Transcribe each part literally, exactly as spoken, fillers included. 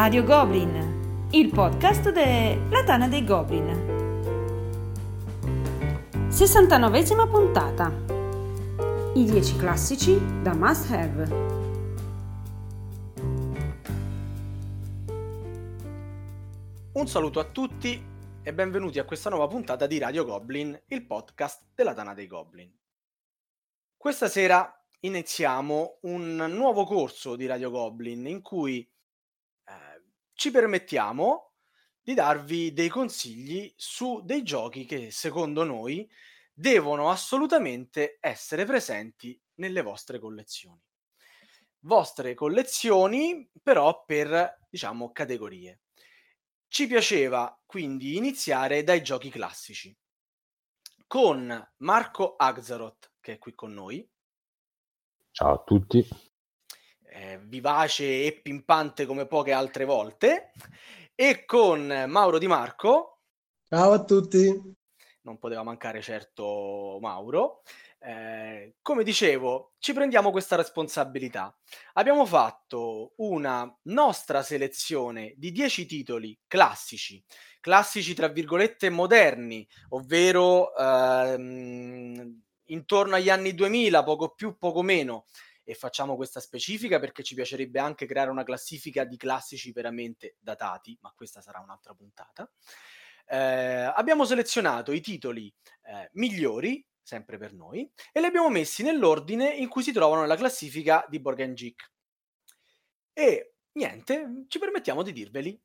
Radio Goblin, il podcast della Tana dei Goblin. sessantanovesima puntata. I dieci classici da must have. Un saluto a tutti e benvenuti a questa nuova puntata di Radio Goblin, il podcast della Tana dei Goblin. Questa sera iniziamo un nuovo corso di Radio Goblin in cui eh, ci permettiamo di darvi dei consigli su dei giochi che secondo noi devono assolutamente essere presenti nelle vostre collezioni. Vostre collezioni però per, diciamo, categorie. Ci piaceva quindi iniziare dai giochi classici con Marco Axaroth, che è qui con noi. Ciao a tutti. Eh, vivace e pimpante come poche altre volte, e con Mauro Di Marco. Ciao a tutti. Non poteva mancare certo Mauro. Eh, come dicevo, ci prendiamo questa responsabilità. Abbiamo fatto una nostra selezione di dieci titoli classici, classici tra virgolette moderni, ovvero ehm, intorno agli anni duemila, poco più, poco meno, e facciamo questa specifica perché ci piacerebbe anche creare una classifica di classici veramente datati, ma questa sarà un'altra puntata. Eh, abbiamo selezionato i titoli eh, migliori, sempre per noi, e li abbiamo messi nell'ordine in cui si trovano nella classifica di Board Game Geek. E niente, ci permettiamo di dirveli,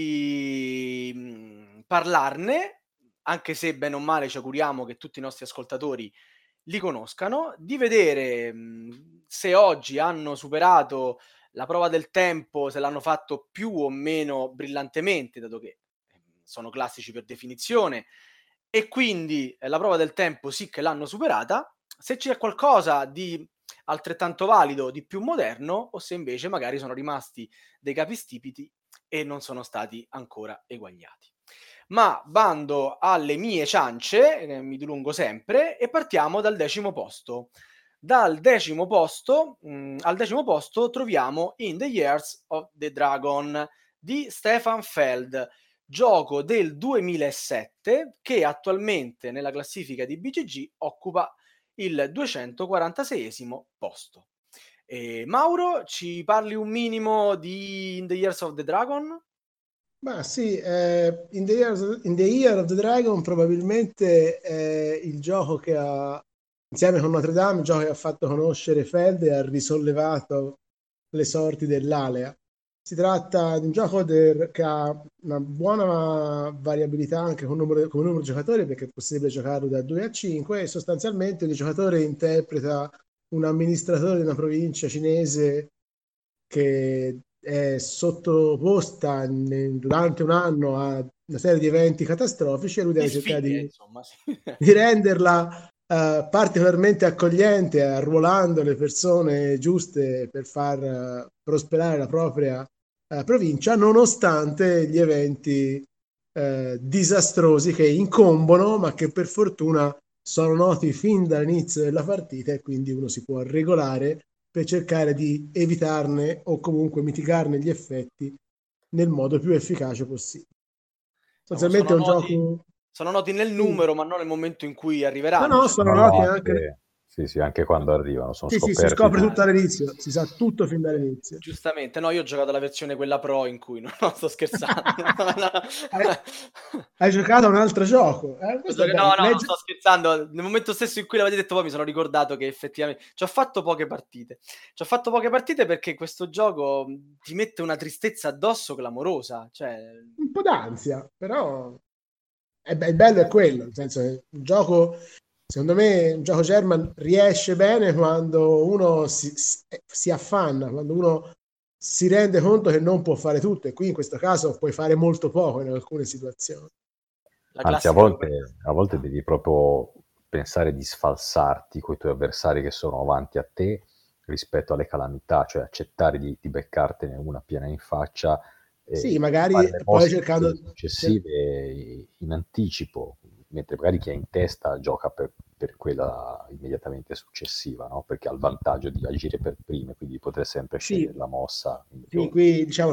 di mh, parlarne, anche se bene o male ci auguriamo che tutti i nostri ascoltatori li conoscano, di vedere mh, se oggi hanno superato la prova del tempo, se l'hanno fatto più o meno brillantemente, dato che sono classici per definizione, e quindi eh, la prova del tempo sì che l'hanno superata, se c'è qualcosa di altrettanto valido, di più moderno, o se invece magari sono rimasti dei capistipiti e non sono stati ancora eguagliati. Ma bando alle mie ciance, eh, mi dilungo sempre, e partiamo dal decimo posto. Dal decimo posto, mh, al decimo posto troviamo In the Years of the Dragon di Stefan Feld, gioco del duemilasette che attualmente nella classifica di B G G occupa il duecentoquarantaseiesimo posto. E Mauro, ci parli un minimo di In the Years of the Dragon? Ma sì, eh, in, the Years, in the Year of the Dragon probabilmente è il gioco che ha, insieme con Notre Dame, il gioco che ha fatto conoscere Feld e ha risollevato le sorti dell'Alea. Si tratta di un gioco del, che ha una buona variabilità anche con numero, con numero di giocatori, perché è possibile giocarlo da due a cinque, e sostanzialmente il giocatore interpreta un amministratore di una provincia cinese che è sottoposta ne, durante un anno a una serie di eventi catastrofici, e lui deve cercare di, insomma, sì. di renderla uh, particolarmente accogliente, arruolando le persone giuste per far uh, prosperare la propria uh, provincia, nonostante gli eventi uh, disastrosi che incombono, ma che per fortuna sono noti fin dall'inizio della partita, e quindi uno si può regolare per cercare di evitarne o comunque mitigarne gli effetti nel modo più efficace possibile. Sostanzialmente è un noti, gioco... Sono noti nel numero, sì, ma non nel momento in cui arriveranno. No, no, sono no, noti anche... anche... Sì, sì, anche quando arrivano. Sono sì, sì, si scopre tutto all'inizio, si sa tutto fin dall'inizio. Giustamente, no, io ho giocato la versione quella pro in cui... No, no sto scherzando. hai, hai giocato a un altro gioco? Eh? No, no, Legge... non sto scherzando. Nel momento stesso in cui l'avete detto poi mi sono ricordato che effettivamente ci ho fatto poche partite. Ci ho fatto poche partite perché questo gioco ti mette una tristezza addosso clamorosa. Cioè... Un po' d'ansia, però è, be- il bello è quello, nel senso che il gioco, secondo me, un gioco German riesce bene quando uno si, si affanna, quando uno si rende conto che non può fare tutto, e qui in questo caso puoi fare molto poco in alcune situazioni. Anzi, a volte, a volte devi proprio pensare di sfalsarti con i tuoi avversari che sono avanti a te rispetto alle calamità, cioè accettare di, di beccartene una piena in faccia. E sì, magari poi cercando successive in anticipo, mentre magari chi è in testa gioca per, per quella immediatamente successiva, no? Perché ha il vantaggio di agire per prime, quindi poter sempre scegliere sì, la mossa. Sì, qui diciamo che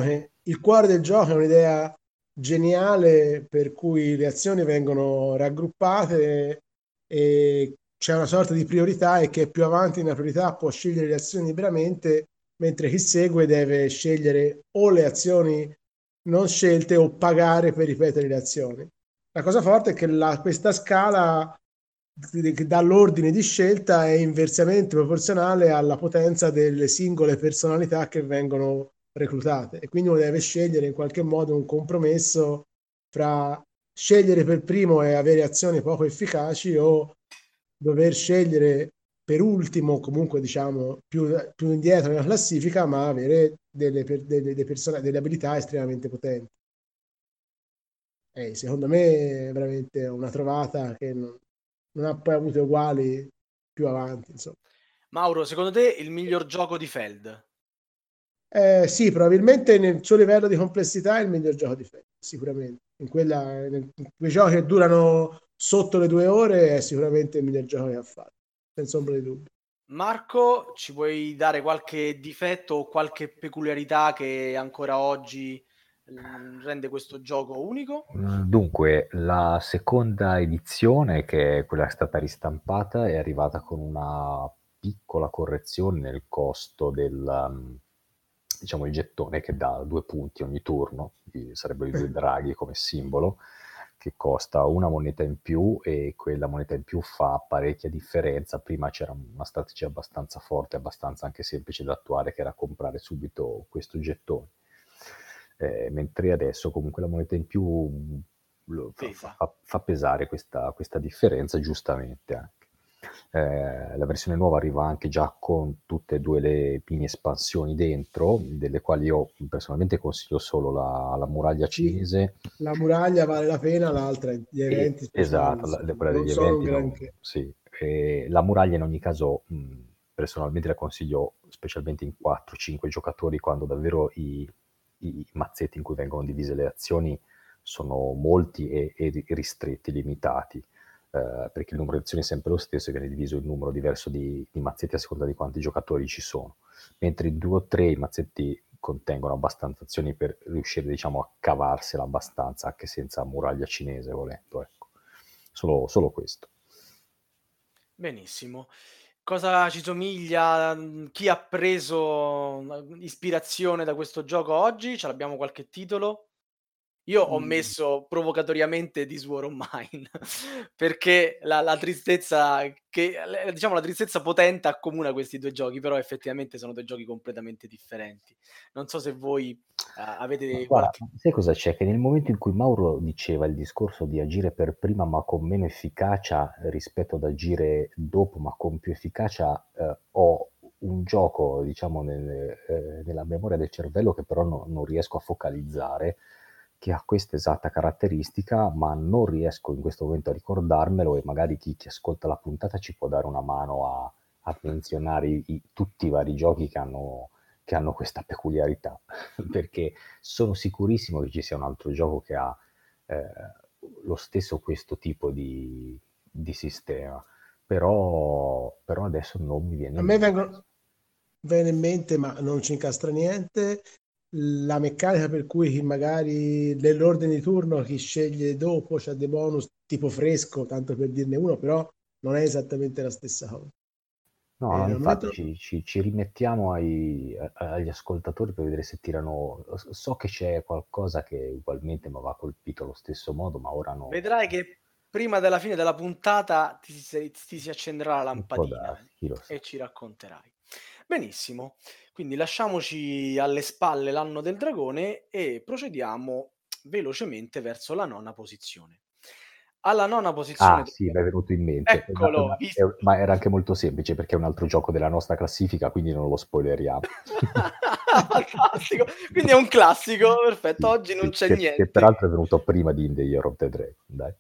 il cuore del gioco è un'idea geniale per cui le azioni vengono raggruppate e c'è una sorta di priorità e che più avanti nella priorità può scegliere le azioni liberamente, mentre chi segue deve scegliere o le azioni non scelte o pagare per ripetere le azioni. La cosa forte è che la, questa scala che dà l'ordine di scelta è inversamente proporzionale alla potenza delle singole personalità che vengono reclutate e quindi uno deve scegliere in qualche modo un compromesso fra scegliere per primo e avere azioni poco efficaci o dover scegliere per ultimo, comunque diciamo più, più indietro nella classifica, ma avere delle, delle, delle, persone, delle abilità estremamente potenti. Eh, secondo me è veramente una trovata che non, non ha poi avuto uguali più avanti, insomma. Mauro, secondo te il miglior gioco di Feld? Eh, sì, probabilmente nel suo livello di complessità è il miglior gioco di Feld, sicuramente. In, quella, in quei giochi che durano sotto le due ore è sicuramente il miglior gioco che ha fatto, senza ombra di dubbio. Marco, ci puoi dare qualche difetto o qualche peculiarità che ancora oggi mh, rende questo gioco unico? Dunque, la seconda edizione, che è quella che è stata ristampata, è arrivata con una piccola correzione nel costo del, um, diciamo, il gettone che dà due punti ogni turno, sarebbero i due draghi come simbolo, che costa una moneta in più e quella moneta in più fa parecchia differenza. Prima c'era una strategia abbastanza forte, abbastanza anche semplice da attuare, che era comprare subito questo gettone. Eh, mentre adesso comunque la moneta in più lo, fa, fa, fa pesare questa, questa differenza, giustamente anche. Eh, la versione nuova arriva anche già con tutte e due le mini espansioni dentro, delle quali io personalmente consiglio solo la, la muraglia cinese. Sì, la muraglia vale la pena, l'altra gli eventi e, speciali, esatto, la, quella non degli sono eventi un granché. non, sì. E la muraglia in ogni caso mh, personalmente la consiglio specialmente in quattro cinque giocatori, quando davvero i, i mazzetti in cui vengono divise le azioni sono molti e, e ristretti, limitati. Uh, perché il numero di azioni è sempre lo stesso e viene diviso in numero diverso di, di mazzetti a seconda di quanti giocatori ci sono, mentre in due o tre i mazzetti contengono abbastanza azioni per riuscire, diciamo, a cavarsela abbastanza anche senza muraglia cinese, volendo, ecco. Solo, solo questo. Benissimo. Cosa ci somiglia? Chi ha preso ispirazione da questo gioco oggi? Ce l'abbiamo qualche titolo? Io ho messo provocatoriamente This War of Mine perché la, la tristezza che diciamo la tristezza potente accomuna questi due giochi, però effettivamente sono due giochi completamente differenti. Non so se voi uh, avete ma qualche... guarda, sai cosa c'è? Che nel momento in cui Mauro diceva il discorso di agire per prima ma con meno efficacia rispetto ad agire dopo ma con più efficacia, eh, ho un gioco, diciamo, nel, eh, nella memoria del cervello che però no, non riesco a focalizzare, che ha questa esatta caratteristica, ma non riesco in questo momento a ricordarmelo, e magari chi, chi ascolta la puntata ci può dare una mano a, a menzionare i, i, tutti i vari giochi che hanno, che hanno questa peculiarità, perché sono sicurissimo che ci sia un altro gioco che ha eh, lo stesso questo tipo di, di sistema, però, però adesso non mi viene a in me mente. vengono viene in mente, ma non ci incastra niente, la meccanica per cui magari nell'ordine di turno chi sceglie dopo c'ha dei bonus tipo fresco, tanto per dirne uno, però non è esattamente la stessa cosa. No, Eh, no, al infatti momento... ci, ci- ci rimettiamo ai- a- agli ascoltatori per vedere se tirano. So che c'è qualcosa che ugualmente mi aveva colpito allo stesso modo, ma ora no. Vedrai che prima della fine della puntata ti si, ti si accenderà la Può lampadina darsi, chi lo sa. e ci racconterai. Benissimo, quindi lasciamoci alle spalle l'anno del dragone e procediamo velocemente verso la nona posizione. Alla nona posizione... Ah, sì, mi è venuto in mente. È una- è Eccolo, una- visto? è- ma era anche molto semplice perché è un altro gioco della nostra classifica, quindi non lo spoileriamo. Fantastico, quindi è un classico, perfetto, Sì, oggi non sì, c'è che, niente. che peraltro è venuto prima di In the Year of the Dragon, dai.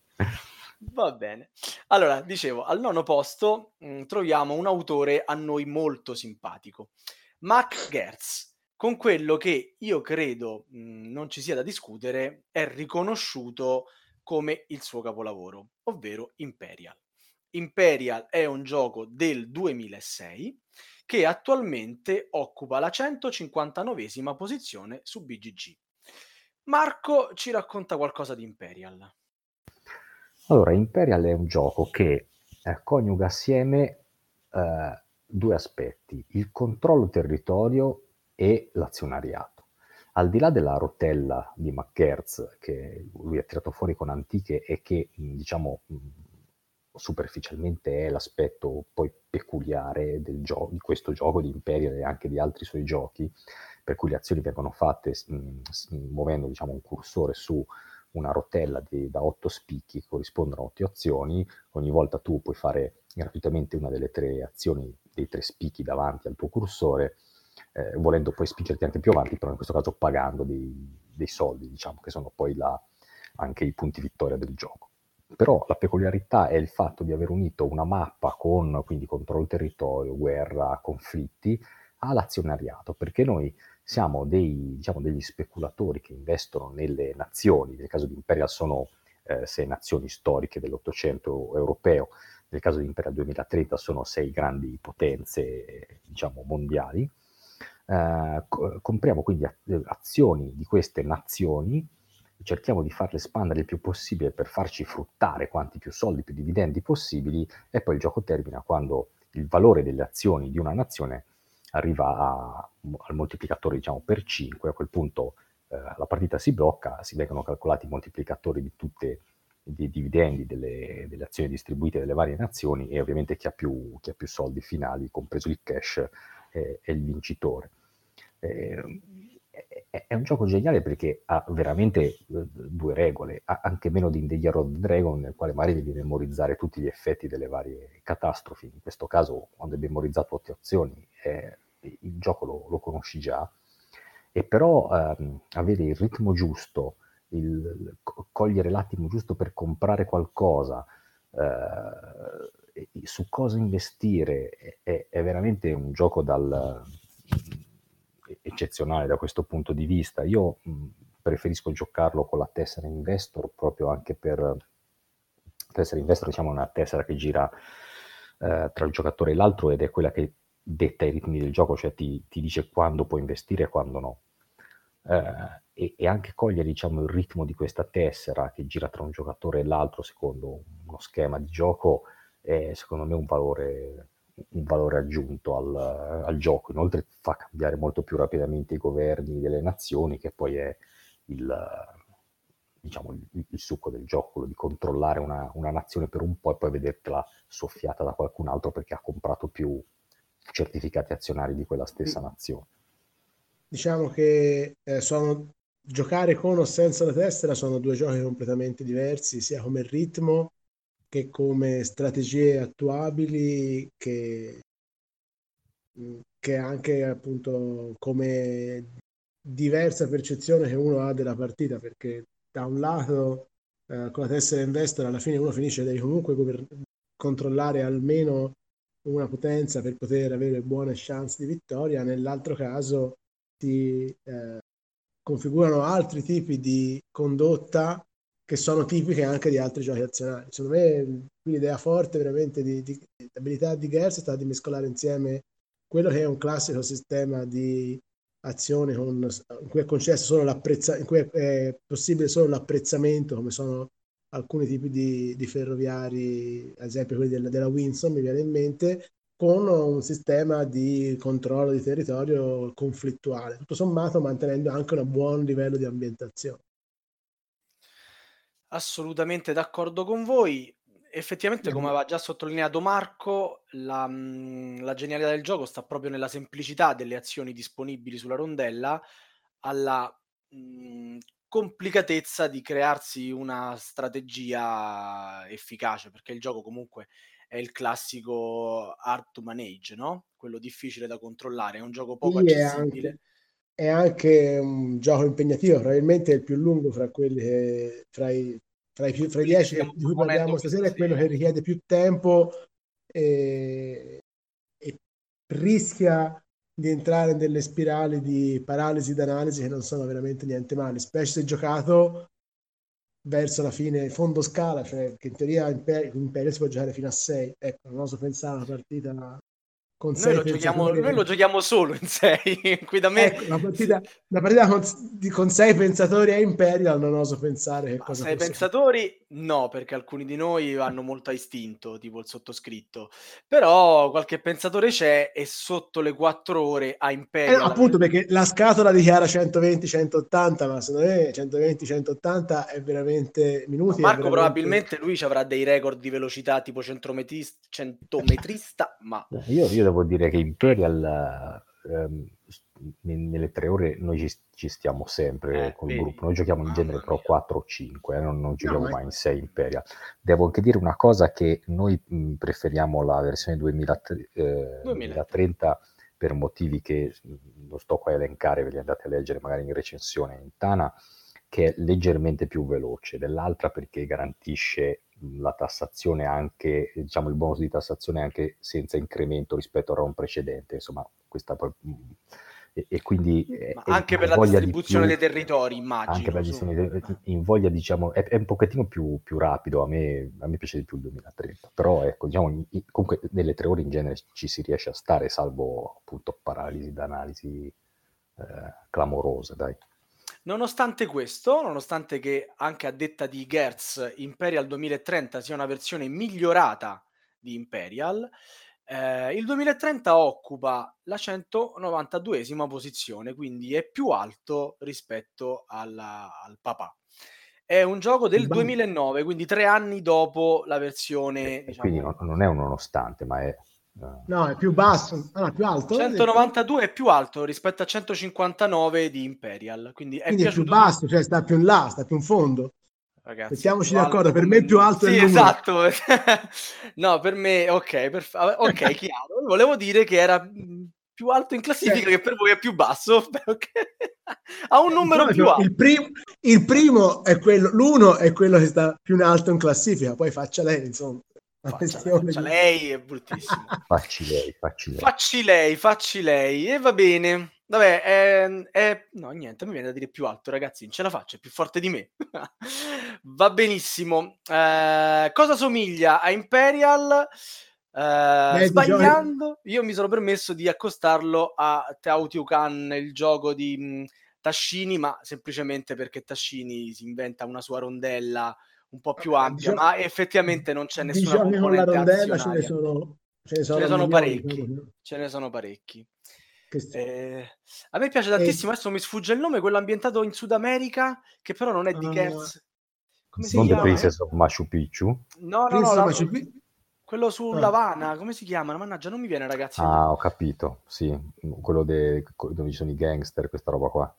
Va bene. Allora, dicevo, al nono posto mh, troviamo un autore a noi molto simpatico, Mac Gertz, con quello che io credo mh, non ci sia da discutere, è riconosciuto come il suo capolavoro, ovvero Imperial. Imperial è un gioco del duemilasei che attualmente occupa la centocinquantanovesima posizione su B G G. Marco ci racconta qualcosa di Imperial. Allora, Imperial è un gioco che eh, coniuga assieme eh, due aspetti: il controllo territorio e l'azionariato. Al di là della rotella di McGertz che lui ha tirato fuori con Antiche e che, diciamo, superficialmente è l'aspetto poi peculiare del gio- di questo gioco di Imperial e anche di altri suoi giochi, per cui le azioni vengono fatte mh, muovendo, diciamo, un cursore su una rotella di, da otto spicchi che corrispondono a otto azioni. Ogni volta tu puoi fare gratuitamente una delle tre azioni dei tre spicchi davanti al tuo cursore, eh, volendo poi spingerti anche più avanti, però in questo caso pagando dei, dei soldi, diciamo, che sono poi la, anche i punti vittoria del gioco. Però la peculiarità è il fatto di aver unito una mappa con, quindi, controllo territorio, guerra, conflitti, all'azionariato, perché noi siamo dei, diciamo, degli speculatori che investono nelle nazioni. Nel caso di Imperial sono eh, sei nazioni storiche dell'Ottocento europeo, nel caso di Imperial duemilatrenta sono sei grandi potenze, diciamo, mondiali. Eh, co- compriamo quindi azioni di queste nazioni, cerchiamo di farle espandere il più possibile per farci fruttare quanti più soldi, più dividendi possibili, e poi il gioco termina quando il valore delle azioni di una nazione arriva a, al moltiplicatore, diciamo, per cinque. A quel punto eh, la partita si blocca, si vengono calcolati i moltiplicatori di tutte dei dividendi delle, delle azioni distribuite dalle varie nazioni, e ovviamente chi ha più, chi ha più soldi finali, compreso il cash, eh, è il vincitore. Eh, è, è un gioco geniale perché ha veramente eh, due regole, ha anche meno di In the Year of the Dragon, nel quale magari devi memorizzare tutti gli effetti delle varie catastrofi. In questo caso, quando hai memorizzato otto azioni, eh, il gioco lo, lo conosci già, e però ehm, avere il ritmo giusto, il, cogliere l'attimo giusto per comprare qualcosa, eh, su cosa investire, è, è veramente un gioco dal, eccezionale da questo punto di vista. Io mh, preferisco giocarlo con la tessera Investor, proprio anche per tessera Investor, diciamo, una tessera che gira eh, tra il giocatore e l'altro, ed è quella che detta i ritmi del gioco, cioè ti, ti dice quando puoi investire e quando no. Eh, e, e anche cogliere, diciamo, il ritmo di questa tessera che gira tra un giocatore e l'altro secondo uno schema di gioco è, secondo me, un valore, un valore aggiunto al, al gioco. Inoltre fa cambiare molto più rapidamente i governi delle nazioni, che poi è il, diciamo, il, il succo del gioco, quello di controllare una, una nazione per un po' e poi vedertela soffiata da qualcun altro perché ha comprato più certificati azionari di quella stessa nazione. Diciamo che eh, sono giocare con o senza la tessera sono due giochi completamente diversi, sia come ritmo che come strategie attuabili, che, che anche appunto come diversa percezione che uno ha della partita, perché da un lato eh, con la tessera Investor alla fine uno finisce devi comunque gover- controllare almeno una potenza per poter avere buone chance di vittoria, nell'altro caso si eh, configurano altri tipi di condotta che sono tipiche anche di altri giochi azionari. Secondo me l'idea forte veramente di, di, di abilità di Gers è stata di mescolare insieme quello che è un classico sistema di azione con, in cui è concesso solo l'apprezzamento, in cui è, è possibile solo l'apprezzamento, come sono alcuni tipi di, di ferroviari, ad esempio quelli della, della Winson, mi viene in mente, con un sistema di controllo di territorio conflittuale, tutto sommato mantenendo anche un buon livello di ambientazione. Assolutamente d'accordo con voi. Effettivamente, come aveva già sottolineato Marco, la, mh, la genialità del gioco sta proprio nella semplicità delle azioni disponibili sulla rondella, alla mh, complicatezza di crearsi una strategia efficace, perché il gioco comunque è il classico hard to manage, no? Quello difficile da controllare, è un gioco poco Sì, è accessibile. anche, è anche un gioco impegnativo, probabilmente è il più lungo fra quelli che, fra i, fra i, più, fra i Quelli che dieci che- stiamo di cui proponendo parliamo questa stasera, è quello che sera. richiede più tempo e, e rischia di entrare in delle spirali di paralisi d'analisi che non sono veramente niente male, specie se giocato verso la fine, fondo scala, cioè che in teoria Imperio, Imperio si può giocare fino a sei. Ecco, non oso pensare a una partita con Noi sei lo, giochiamo, pensatori. noi lo giochiamo solo in sei, qui da me... Ecco, la partita, la partita con, di, con sei pensatori a Imperial non oso pensare che Ma cosa sei fosse. pensatori? No, perché alcuni di noi vanno molto a istinto, tipo il sottoscritto. Però qualche pensatore c'è e sotto le quattro ore a Eh, Imperial... appunto, perché la scatola dichiara centoventi centottanta, ma secondo me centoventi centottanta è veramente No, minuti, è Marco veramente... probabilmente lui ci avrà dei record di velocità tipo centometrista, centometrista ma... Io, io devo dire che Imperial, ehm, nelle tre ore noi ci, ci stiamo sempre Eh, col vedi? gruppo, noi giochiamo in Mamma genere però mia. quattro o cinque, eh, non, non giochiamo No, mai eh. in sei Imperial. Devo anche dire una cosa, che noi mh, preferiamo la versione duemila, eh, duemilatrenta per motivi che mh, non sto qua a elencare, ve li andate a leggere magari in recensione in Tana, che è leggermente più veloce dell'altra perché garantisce la tassazione anche, diciamo il bonus di tassazione anche senza incremento rispetto al round precedente, insomma, questa poi, e, e quindi Ma è, anche è per la voglia distribuzione di più, dei territori, immagino. anche per la su... distribuzione, in voglia, diciamo, è, è un pochettino più, più rapido, a me, a me piace di più il duemilatrenta, però ecco, diciamo, comunque nelle tre ore in genere ci si riesce a stare, salvo appunto paralisi d'analisi eh, clamorose, dai. Nonostante questo, nonostante che anche a detta di Gertz Imperial duemilatrenta sia una versione migliorata di Imperial, eh, il duemilatrenta occupa la centonovantaduesima posizione, quindi è più alto rispetto alla, al papà. È un gioco del duemilanove, quindi tre anni dopo la versione... Diciamo, quindi non, non è un nonostante, ma è... Uh... No, è più basso, ah, più alto? centonovantadue è più alto rispetto a centocinquantanove di Imperial, quindi è Quindi è più piaciuto basso, cioè sta più in là, sta più in fondo. Ragazzi, Mettiamoci più d'accordo, alto per come me più noi. alto Sì, è l'uno. esatto. No, per me, ok, perf- ok, chiaro. Volevo dire che era più alto in classifica, Cioè, che per voi è più basso. Okay. Ha un numero il più alto. Il primo, il primo è quello, l'uno è quello che sta più in alto in classifica, poi faccia lei, insomma. Faccia, faccia di... lei, è bruttissimo. facci lei, facci lei. Facci lei, facci lei. E va bene. Vabbè, è, è... no, niente, mi viene da dire più alto, ragazzi, non ce la faccio, è più forte di me. Va benissimo. Eh, cosa somiglia a Imperial? Eh, Beh, sbagliando, io mi sono permesso di accostarlo a Teotihuacan, il gioco di mh, Tascini, ma semplicemente perché Tascini si inventa una sua rondella un po' più ampia, diciamo, ma effettivamente non c'è nessuna diciamo con la componente rondella ce ne azionaria. sono, ce ne sono, Ce ne sono milioni, parecchi, diciamo. ce ne sono parecchi. Che... Eh, a me piace tantissimo, e... adesso mi sfugge il nome, quello ambientato in Sud America, che però non è di Uh, Gertz. Come si non chiama? The Princess of Machu Picchu? No, no, no, la, quello sull'Havana, ah. come si chiama? Mannaggia, non mi viene, ragazzi. Ah, ho capito, sì, quello de... dove ci sono i gangster, questa roba qua.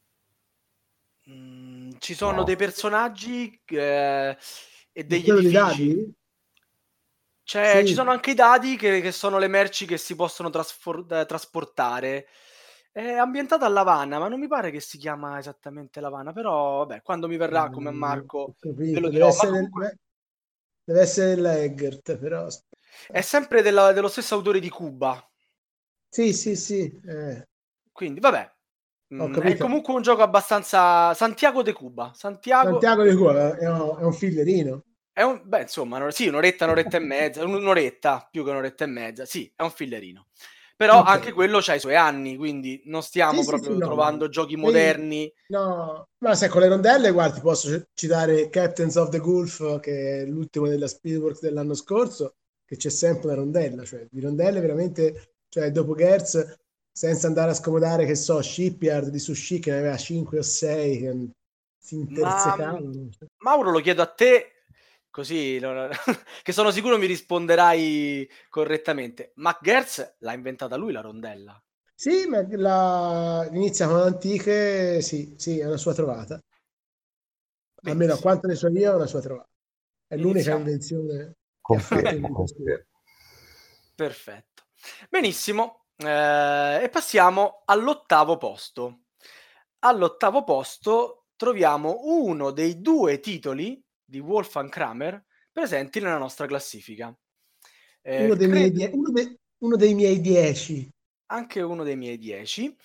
Mm, ci sono no. dei personaggi eh, e degli edifici. Cioè, sì. Ci sono anche i dadi che, che sono le merci che si possono trasfor- trasportare. È ambientata a L'Havana, ma non mi pare che si chiama esattamente L'Havana, però vabbè, quando mi verrà come a Marco ve lo dirò. Deve essere, comunque... del, deve essere l'Eggert, però... È sempre della, dello stesso autore di Cuba. Sì, sì, sì. Eh. Quindi, vabbè. Mm, è comunque un gioco abbastanza... Santiago de Cuba. Santiago, Santiago de Cuba è un, è un fillerino. È un, beh, insomma, sì, un'oretta, un'oretta e mezza, un'oretta, più che un'oretta e mezza, sì, è un fillerino. Però okay. Anche quello c'ha i suoi anni, quindi non stiamo sì, proprio sì, sì, trovando no. giochi moderni. No, ma se con le rondelle, guardi, posso citare Captains of the Gulf, che è l'ultimo della Speedworks dell'anno scorso, che c'è sempre una rondella, cioè di rondelle veramente, cioè dopo Gertz, senza andare a scomodare, che so, Shipyard di Sushi, che ne aveva cinque o sei, che si intersecavano. Ma, Mauro, lo chiedo a te, così che sono sicuro mi risponderai correttamente. Ma Gertz l'ha inventata lui la rondella? Sì, ma la... inizia con antiche, sì, sì, è una sua trovata. Benissimo. Almeno a quanto ne so io è una sua trovata. È Iniziamo. L'unica invenzione che ha fatto in questo. Perfetto. Benissimo. Eh, e passiamo all'ottavo posto. All'ottavo posto troviamo uno dei due titoli di Wolfgang Kramer presenti nella nostra classifica. Eh, uno, dei credo... miei die... uno, de... uno dei miei dieci. Anche uno dei miei dieci.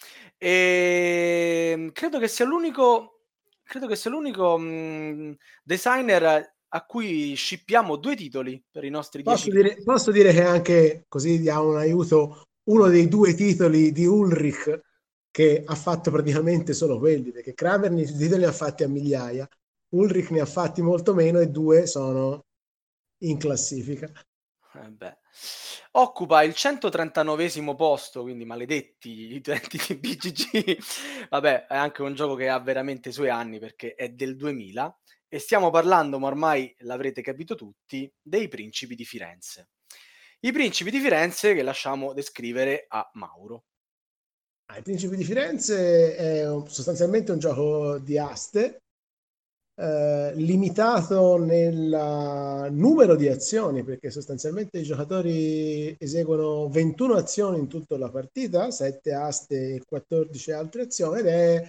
E credo che sia l'unico, credo che sia l'unico mh, designer a cui shippiamo due titoli per i nostri posso dieci. Dire, posso dire che anche, così diamo un aiuto, uno dei due titoli di Ulrich che ha fatto praticamente solo quelli, perché Kramer di titoli ne ha fatti a migliaia, Ulrich ne ha fatti molto meno e due sono in classifica. Eh beh. Occupa il centotrentanovesimo posto, quindi maledetti i utenti di B G G. Vabbè, è anche un gioco che ha veramente i suoi anni perché è del duemila e stiamo parlando, ma ormai l'avrete capito tutti, dei Principi di Firenze. I Principi di Firenze che lasciamo descrivere a Mauro. Ah, I Principi di Firenze è un, sostanzialmente un gioco di aste eh, limitato nel numero di azioni, perché sostanzialmente i giocatori eseguono ventuno azioni in tutta la partita, sette aste e quattordici altre azioni, ed è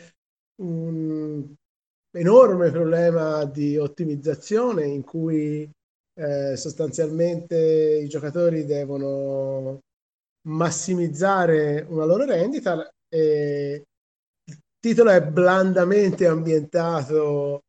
un enorme problema di ottimizzazione in cui eh, sostanzialmente i giocatori devono massimizzare una loro rendita. E il titolo è blandamente ambientato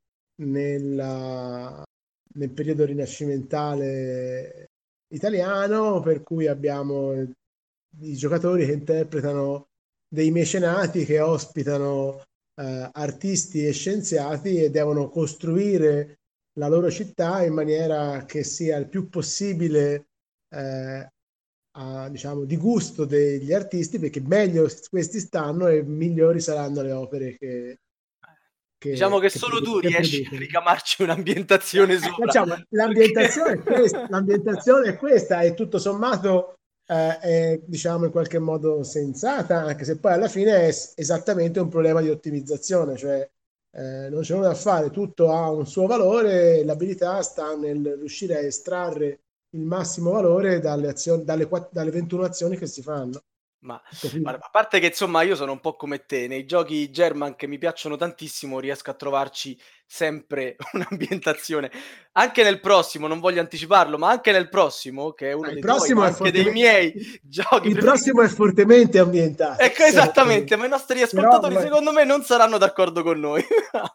nella, nel periodo rinascimentale italiano, per cui abbiamo i giocatori che interpretano dei mecenati che ospitano eh, artisti e scienziati e devono costruire la loro città in maniera che sia il più possibile eh, a, diciamo, di gusto degli artisti, perché meglio questi stanno e migliori saranno le opere che, che diciamo che, che solo produ- tu che riesci producono. a ricamarci un'ambientazione sopra. Diciamo, l'ambientazione, perché... è questa, l'ambientazione è questa e tutto sommato eh, è, diciamo, in qualche modo sensata, anche se poi alla fine è esattamente un problema di ottimizzazione, cioè eh, non c'è nulla da fare, tutto ha un suo valore, l'abilità sta nel riuscire a estrarre il massimo valore dalle, azioni, dalle, dalle ventuno azioni che si fanno. Ma, ma a parte che insomma io sono un po' come te, nei giochi German che mi piacciono tantissimo riesco a trovarci sempre un'ambientazione. Anche nel prossimo, non voglio anticiparlo, ma anche nel prossimo, che è uno Ah, il dei tuoi, prossimo ma è anche dei fortemente, miei giochi il preferiti. prossimo è fortemente ambientato. Ecco, esattamente, ma i nostri ascoltatori Però, secondo me non saranno d'accordo con noi.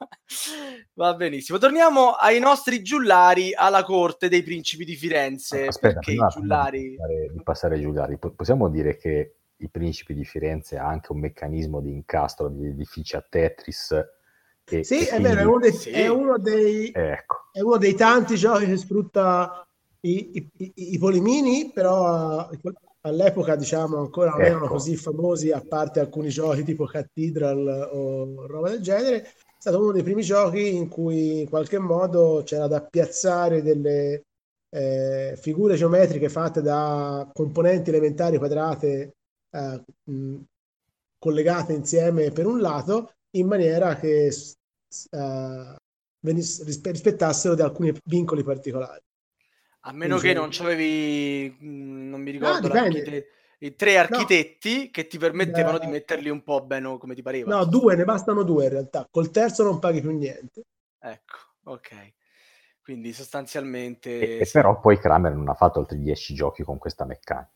Va benissimo, torniamo ai nostri giullari alla corte dei Principi di Firenze. Aspetta, perché prima, i giullari... prima di, passare, di passare ai giullari, possiamo dire che i Principi di Firenze ha anche un meccanismo di incastro di edifici a Tetris. E, sì, e è quindi... vero, è uno dei, sì. è uno dei, ecco. è uno dei tanti giochi che sfrutta i, i, i, i polimini, però all'epoca, diciamo, ancora non erano Ecco. così famosi, a parte alcuni giochi tipo Cathedral o roba del genere. È stato uno dei primi giochi in cui in qualche modo c'era da piazzare delle eh, figure geometriche fatte da componenti elementari quadrate eh, mh, collegate insieme per un lato, in maniera che uh, venis- rispettassero di alcuni vincoli particolari. A meno Quindi che non c'avevi, mh, non mi ricordo, ah, l'archite- i tre architetti no, che ti permettevano di metterli un po' bene come ti pareva. No, due, ne bastano due in realtà. Col terzo non paghi più niente. Ecco, ok. Quindi sostanzialmente... E, e sì. però poi Kramer non ha fatto altri dieci giochi con questa meccanica.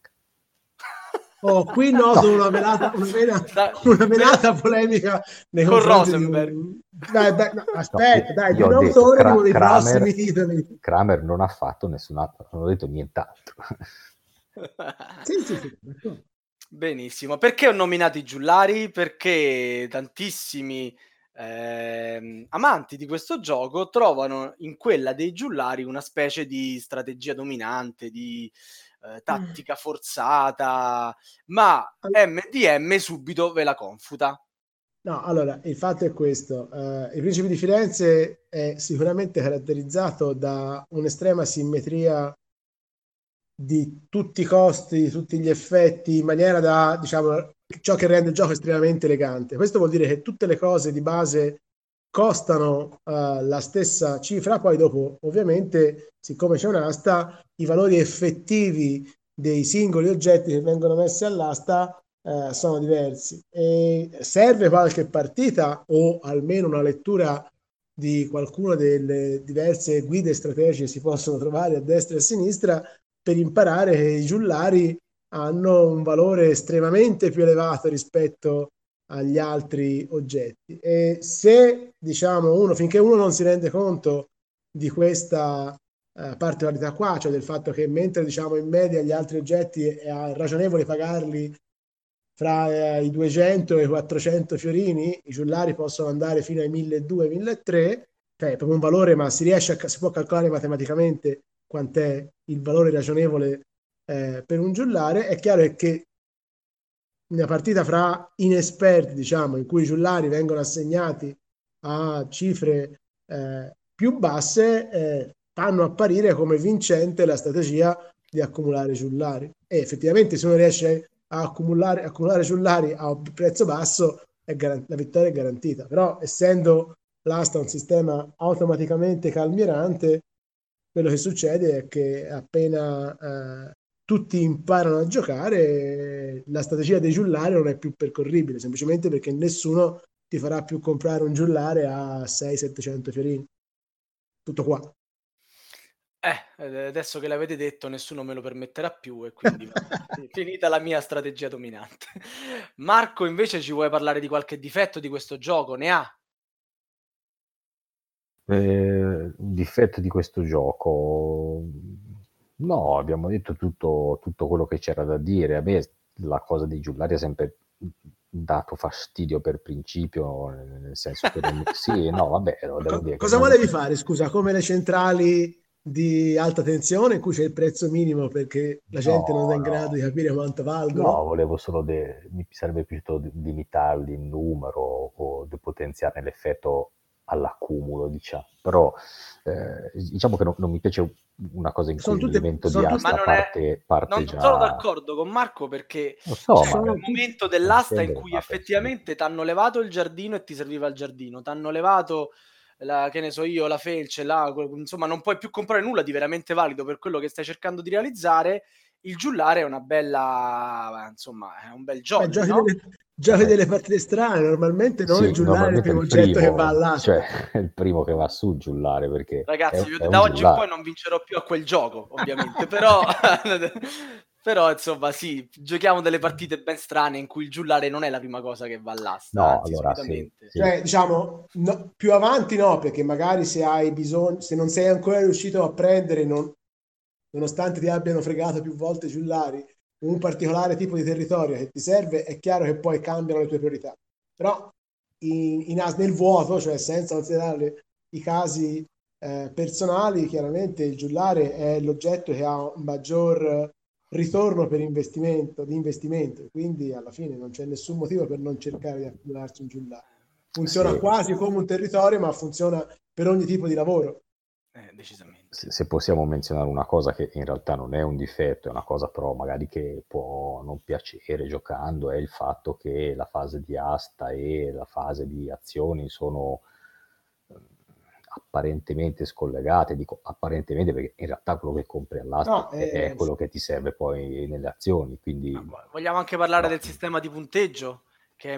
Oh, qui noto no. una velata, una vena, una velata polemica nei con confronti Rosenberg. Di un... dai, dai, no, aspetta, no, dai, io di un detto, autore Cra- di uno dei Kramer, prossimi titoli. Kramer non ha fatto nessun altro, non ho detto nient'altro. Sì, sì, sì. Benissimo. Perché ho nominato i giullari? Perché tantissimi eh, amanti di questo gioco trovano in quella dei giullari una specie di strategia dominante, di eh, tattica forzata, ma M D M subito ve la confuta. No, allora, il fatto è questo. Uh, il Principe di Firenze è sicuramente caratterizzato da un'estrema simmetria di tutti i costi, di tutti gli effetti, in maniera da, diciamo, ciò che rende il gioco estremamente elegante. Questo vuol dire che tutte le cose di base costano uh, la stessa cifra, poi dopo, ovviamente, siccome c'è un'asta, i valori effettivi dei singoli oggetti che vengono messi all'asta Uh, sono diversi e serve qualche partita o almeno una lettura di qualcuna delle diverse guide strategiche che si possono trovare a destra e a sinistra per imparare che i giullari hanno un valore estremamente più elevato rispetto agli altri oggetti e se diciamo uno finché uno non si rende conto di questa eh, particolarità qua, cioè del fatto che mentre diciamo in media gli altri oggetti è ragionevole pagarli fra eh, i duecento e i quattrocento fiorini, i giullari possono andare fino ai milleduecento milletrecento, cioè è proprio un valore, ma si riesce a, si può calcolare matematicamente quant'è il valore ragionevole eh, per un giullare. È chiaro che una partita fra inesperti, diciamo, in cui i giullari vengono assegnati a cifre eh, più basse, eh, fanno apparire come vincente la strategia di accumulare giullari. E effettivamente se uno riesce a accumulare, accumulare giullari a un prezzo basso, è garan- la vittoria è garantita. Però essendo l'asta un sistema automaticamente calmierante, quello che succede è che appena eh, tutti imparano a giocare, la strategia dei giullari non è più percorribile, semplicemente perché nessuno ti farà più comprare un giullare a seicento settecento fiorini. Tutto qua. Eh, adesso che l'avete detto nessuno me lo permetterà più e quindi vabbè, finita la mia strategia dominante. Marco, invece ci vuoi parlare di qualche difetto di questo gioco? Ne ha? Eh, difetto di questo gioco? No, abbiamo detto tutto, tutto quello che c'era da dire. A me la cosa dei giullari ha sempre dato fastidio per principio, nel senso che non... sì, no, vabbè, devo dire Cosa che non... volevi fare, scusa, come le centrali di alta tensione in cui c'è il prezzo minimo perché la gente no, non è in no. grado di capire quanto valgono? No, volevo solo, de... mi sarebbe piaciuto limitarli in numero o depotenziarne l'effetto all'accumulo, diciamo. Però eh, diciamo che no, non mi piace una cosa in Sono cui tutte, l'elemento sono di tutte, Ma asta non parte, è... parte Non già... sono d'accordo con Marco perché Lo so, c'è ma quel sono tutte, momento dell'asta in intendere cui fa pensare. effettivamente ti hanno levato il giardino e ti serviva il giardino, ti hanno levato la, che ne so io, la felce, là, quel- insomma non puoi più comprare nulla di veramente valido per quello che stai cercando di realizzare. Il giullare è una bella, insomma, è un bel beh, jolly, giochi no? delle, giochi Eh, delle partite strane, normalmente non il sì, giullare è il normalmente è primo il oggetto che va primo, cioè all'asta. è il primo che va sul giullare perché è, Ragazzi, un- io è da un oggi in poi giullare. non vincerò più a quel gioco, ovviamente, però, però insomma sì, giochiamo delle partite ben strane in cui il giullare non è la prima cosa che va all'asta, No, anzi allora sì, solitamente. sì. Cioè, diciamo, no- più avanti no, perché magari se hai bisogno, se non sei ancora riuscito a prendere, non- nonostante ti abbiano fregato più volte i giullari, un particolare tipo di territorio che ti serve, è chiaro che poi cambiano le tue priorità. Però in, in as nel vuoto, cioè senza considerare i casi eh, personali, chiaramente il giullare è l'oggetto che ha un maggior ritorno per investimento, di investimento, quindi alla fine non c'è nessun motivo per non cercare di accumularsi un giullare. Funziona Sì, quasi come un territorio, ma funziona per ogni tipo di lavoro. Eh, decisamente. se se possiamo menzionare una cosa che in realtà non è un difetto, è una cosa però magari che può non piacere giocando, è il fatto che la fase di asta e la fase di azioni sono eh, apparentemente scollegate. Dico apparentemente perché in realtà quello che compri all'asta No, è, è eh, quello che ti serve poi nelle azioni, Ma quindi vo- vogliamo anche parlare no, del sistema di punteggio, che è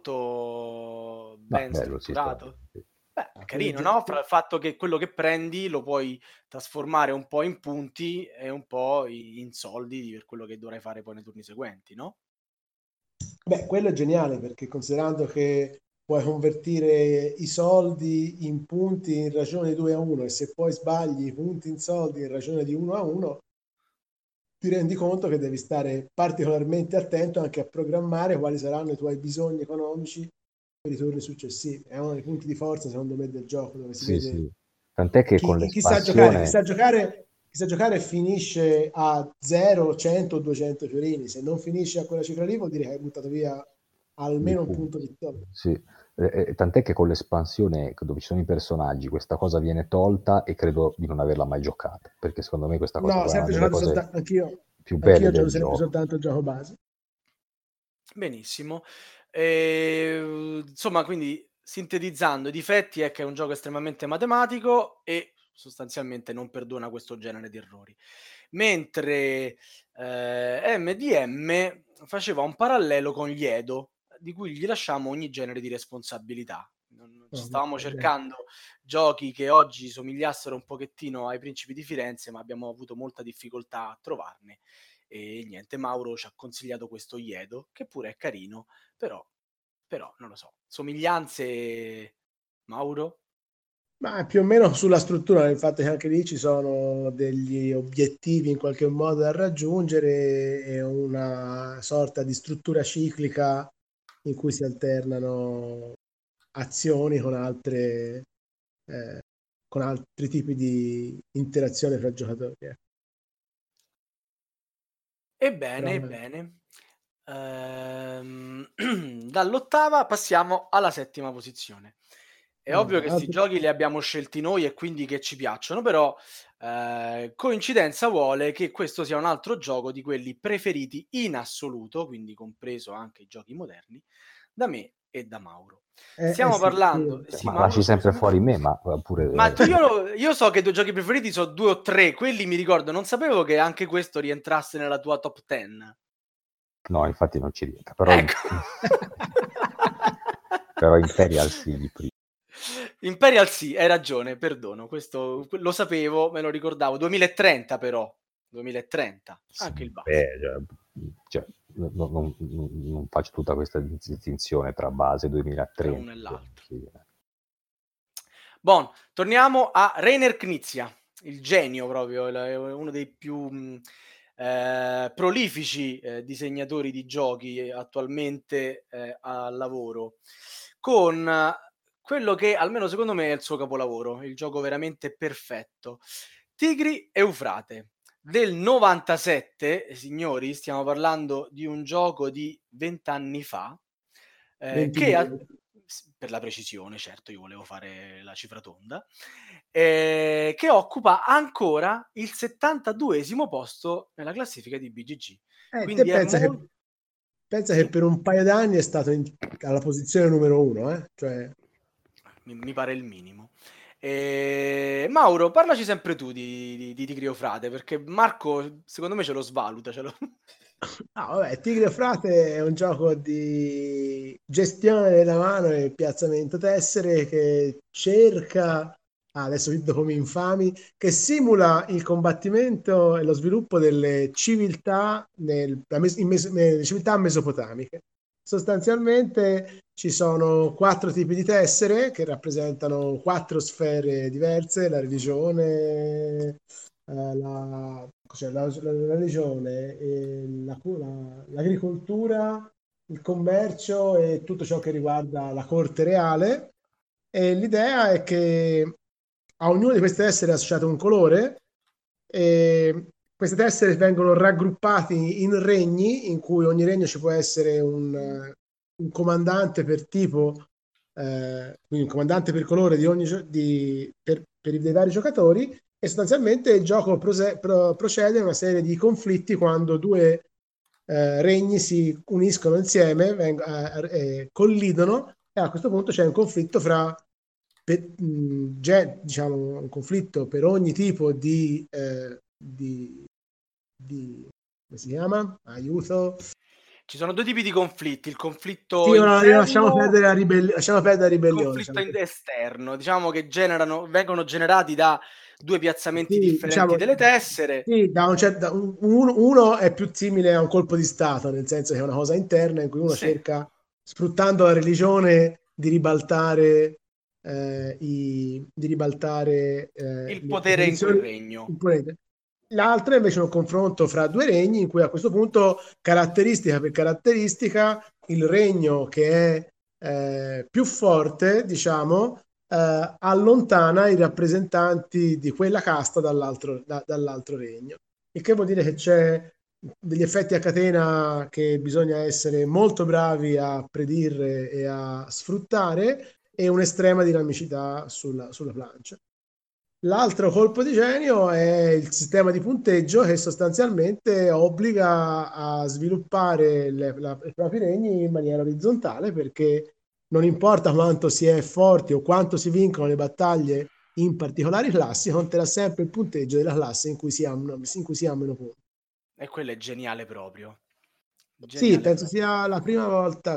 molto no, ben bello il sistema. strutturato. Sì. Beh, è quello è carino, già- no? Fra il fatto che quello che prendi lo puoi trasformare un po' in punti e un po' i- in soldi per quello che dovrai fare poi nei turni seguenti, no? Beh, quello è geniale perché considerando che puoi convertire i soldi in punti in ragione di due a uno e se poi sbagli i punti in soldi in ragione di uno a uno, ti rendi conto che devi stare particolarmente attento anche a programmare quali saranno i tuoi bisogni economici per i turni successivi. È uno dei punti di forza, secondo me, del gioco, dove si Sì, vede sì. Tant'è che con chi, chi sa giocare, chi l'espansione... sa giocare, chi sa giocare finisce a zero, cento o duecento fiorini. Se non finisce a quella cifra lì, vuol dire che hai buttato via Di almeno un punto punti. vittoria. Sì, eh, eh, tant'è che con l'espansione dove ci sono i personaggi questa cosa viene tolta e credo di non averla mai giocata, perche secondo me questa cosa No, qua è una sempre delle giocato cose soltanto anch'io. più belle Anch'io gioco del sempre gioco. soltanto il gioco base. Benissimo. Ehm, insomma, quindi sintetizzando, i difetti è che è un gioco estremamente matematico e sostanzialmente non perdona questo genere di errori. Mentre eh, M D M faceva un parallelo con gli Edo, di cui gli lasciamo ogni genere di responsabilità. Non- Ci No, stavamo vabbè. cercando giochi che oggi somigliassero un pochettino ai Principi di Firenze, ma abbiamo avuto molta difficoltà a trovarne. E niente, Mauro ci ha consigliato questo Iedo, che pure è carino, però, però non lo so. Somiglianze, Mauro? Ma più o meno sulla struttura, il fatto che anche lì ci sono degli obiettivi in qualche modo da raggiungere e una sorta di struttura ciclica in cui si alternano azioni con altre eh, con altri tipi di interazione fra giocatori. Eh. Ebbene, Però, ebbene. Ehm, dall'ottava passiamo alla settima posizione. È eh, ovvio che questi altri... giochi li abbiamo scelti noi e quindi che ci piacciono, però eh, coincidenza vuole che questo sia un altro gioco di quelli preferiti in assoluto, quindi compreso anche i giochi moderni, da me e da Mauro. Eh, Stiamo eh sì, parlando... sì. Sì, Ma Mauro, lasci sempre scusami. fuori me, ma pure... Ma tu, io, io so che i tuoi giochi preferiti sono due o tre, quelli mi ricordo, non sapevo che anche questo rientrasse nella tua top ten. No, infatti non ci rientra, però, Ecco. però Imperial sì, di prima. Imperial sì, hai ragione, perdono, questo lo sapevo, me lo ricordavo, duemilatrenta però, duemilatrenta, Sì, anche il basso. beh, cioè, non, non, non faccio tutta questa distinzione tra base duemilatrenta tra uno e l'altro. Sì. Bon, torniamo a Reiner Knizia, il genio proprio, uno dei più mh, eh, prolifici eh, disegnatori di giochi attualmente eh, al lavoro, con quello che almeno secondo me è il suo capolavoro, il gioco veramente perfetto, Tigri Eufrate. Del novantasette, signori, stiamo parlando di un gioco di vent'anni fa, eh, che ha, per la precisione, certo, io volevo fare la cifra tonda, eh, che occupa ancora il settantaduesimo posto nella classifica di B G G. Eh, Quindi te è pensa, molto... che, pensa Sì? che per un paio d'anni è stato in, alla posizione numero uno, eh? Cioè... Mi, mi pare il minimo. E... Mauro, parlaci sempre tu di, di, di Tigri Eufrate, perché Marco secondo me ce lo svaluta. Ce lo... Ah, vabbè, Tigre Frate è un gioco di gestione della mano e piazzamento tessere che cerca, ah, adesso dopo mi infami, che simula il combattimento e lo sviluppo delle civiltà, nel, in mes, nelle civiltà mesopotamiche. Sostanzialmente ci sono quattro tipi di tessere che rappresentano quattro sfere diverse, la religione, eh, la, cioè, la, la, la religione, e la, la, l'agricoltura, il commercio e tutto ciò che riguarda la corte reale. E l'idea è che a ognuno di queste tessere è associato un colore e queste tessere vengono raggruppati in regni, in cui ogni regno ci può essere un, un comandante per tipo, eh, quindi un comandante per colore di ogni, di, per, per i vari giocatori, e sostanzialmente il gioco prose- pro- procede a una serie di conflitti quando due eh, regni si uniscono insieme, veng- eh, eh, collidono, e a questo punto c'è un conflitto fra, per, mh, ge- diciamo, un conflitto per ogni tipo di, eh, di, di come si chiama? Aiuto. Ci sono due tipi di conflitti, il conflitto Sì, ora lasciamo interno, perdere la ribellione, lasciamo perdere la il ribellione. conflitto Diciamo. in- esterno, diciamo che generano, vengono generati da due piazzamenti Sì, differenti diciamo, delle tessere. sì, da un certo, un- uno, uno è più simile a un colpo di Stato, nel senso che è una cosa interna in cui uno Sì, cerca, sfruttando la religione, di ribaltare, eh, i, di ribaltare eh, il le, le potere in quel posizioni regno. imponenti. L'altra invece è un confronto fra due regni in cui a questo punto, caratteristica per caratteristica, il regno che è eh, più forte, diciamo, eh, allontana i rappresentanti di quella casta dall'altro, da, dall'altro regno. Il che vuol dire che c'è degli effetti a catena che bisogna essere molto bravi a predire e a sfruttare, e un'estrema dinamicità sulla, sulla plancia. L'altro colpo di genio è il sistema di punteggio che sostanzialmente obbliga a sviluppare le, la, i propri regni in maniera orizzontale, perché non importa quanto si è forti o quanto si vincono le battaglie in particolari classi, conterà sempre il punteggio della classe in cui si hanno, in cui si ha meno punti. E quello è geniale proprio. Sì, Geniale penso proprio. sia la prima volta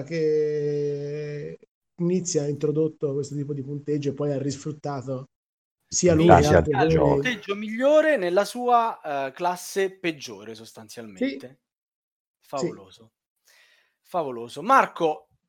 che inizia a introdotto questo tipo di punteggio e poi ha risfruttato sia E lui che Tanti altri altri ha il autori. giochi. punteggio migliore nella sua uh, classe peggiore Sì, sostanzialmente. sì. Favoloso. Favoloso. Marco,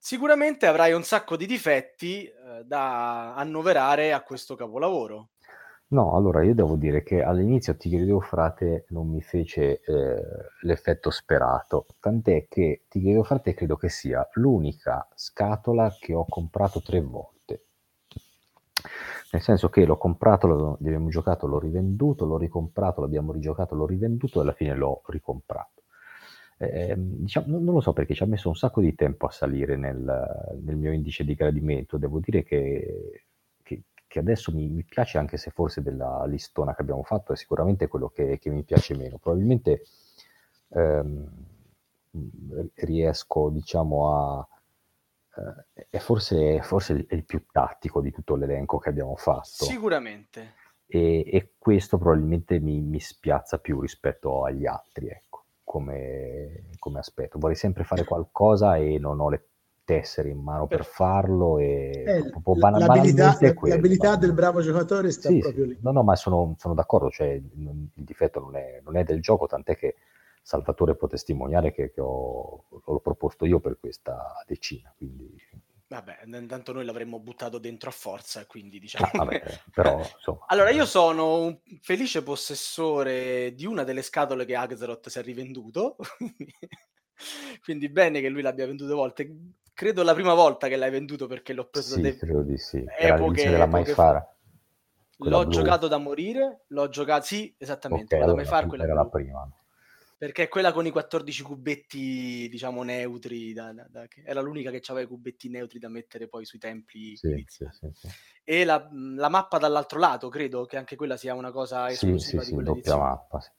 sicuramente avrai un sacco di difetti eh, da annoverare a questo capolavoro. No, allora io devo dire che all'inizio Tigre Frate non mi fece eh, l'effetto sperato, tant'è che Tigre Frate credo che sia l'unica scatola che ho comprato tre volte. Nel senso che l'ho comprato, l'ho- gli abbiamo giocato, l'ho rivenduto, l'ho ricomprato, l'abbiamo rigiocato, l'ho rivenduto e alla fine l'ho ricomprato. Eh, diciamo, non, non lo so perché ci ha messo un sacco di tempo a salire nel, nel mio indice di gradimento. Devo dire che, che- che adesso mi, mi piace, anche se forse della listona che abbiamo fatto è sicuramente quello che, che mi piace meno. Probabilmente ehm, riesco, diciamo, a... eh, è forse, forse il- è il più tattico di tutto l'elenco che abbiamo fatto. Sicuramente. E, e questo probabilmente mi, mi spiazza più rispetto agli altri, ecco, come, come aspetto. Vorrei sempre fare qualcosa e non ho le tessere in mano per Perfetto. farlo e Eh, proprio l- bana- l'abilità, banalmente è la- quello. l'abilità del banalmente. bravo giocatore sta Sì, proprio sì, lì. no, no, ma sono, sono d'accordo, cioè non- il difetto non è, non è del gioco, tant'è che Salvatore può testimoniare che, che ho, l'ho proposto io per questa decina, quindi... Vabbè, intanto noi l'avremmo buttato dentro a forza, quindi diciamo Ah, vabbè, che- però insomma... Allora, io eh, sono un felice possessore di una delle scatole che Axelrod si è rivenduto, quindi bene che lui l'abbia venduto due volte. Credo la prima volta che l'hai venduto perché l'ho preso da Sì, te credo di sì. Era all'inizio epoche, della epoche fa. Maifara, quella L'ho blu. giocato da morire, l'ho giocato, sì, Ok, esattamente, quello da allora la Mayfair, pr- quella era la blu. prima. Perché è quella con i quattordici cubetti, diciamo, neutri, da- da- da- che era l'unica che aveva i cubetti neutri da mettere poi sui templi Sì, sì, iniziali. sì, sì. E la, la mappa dall'altro lato, credo che anche quella sia una cosa Sì, sì, esclusiva di sì, quella doppia edizione. mappa. Sì.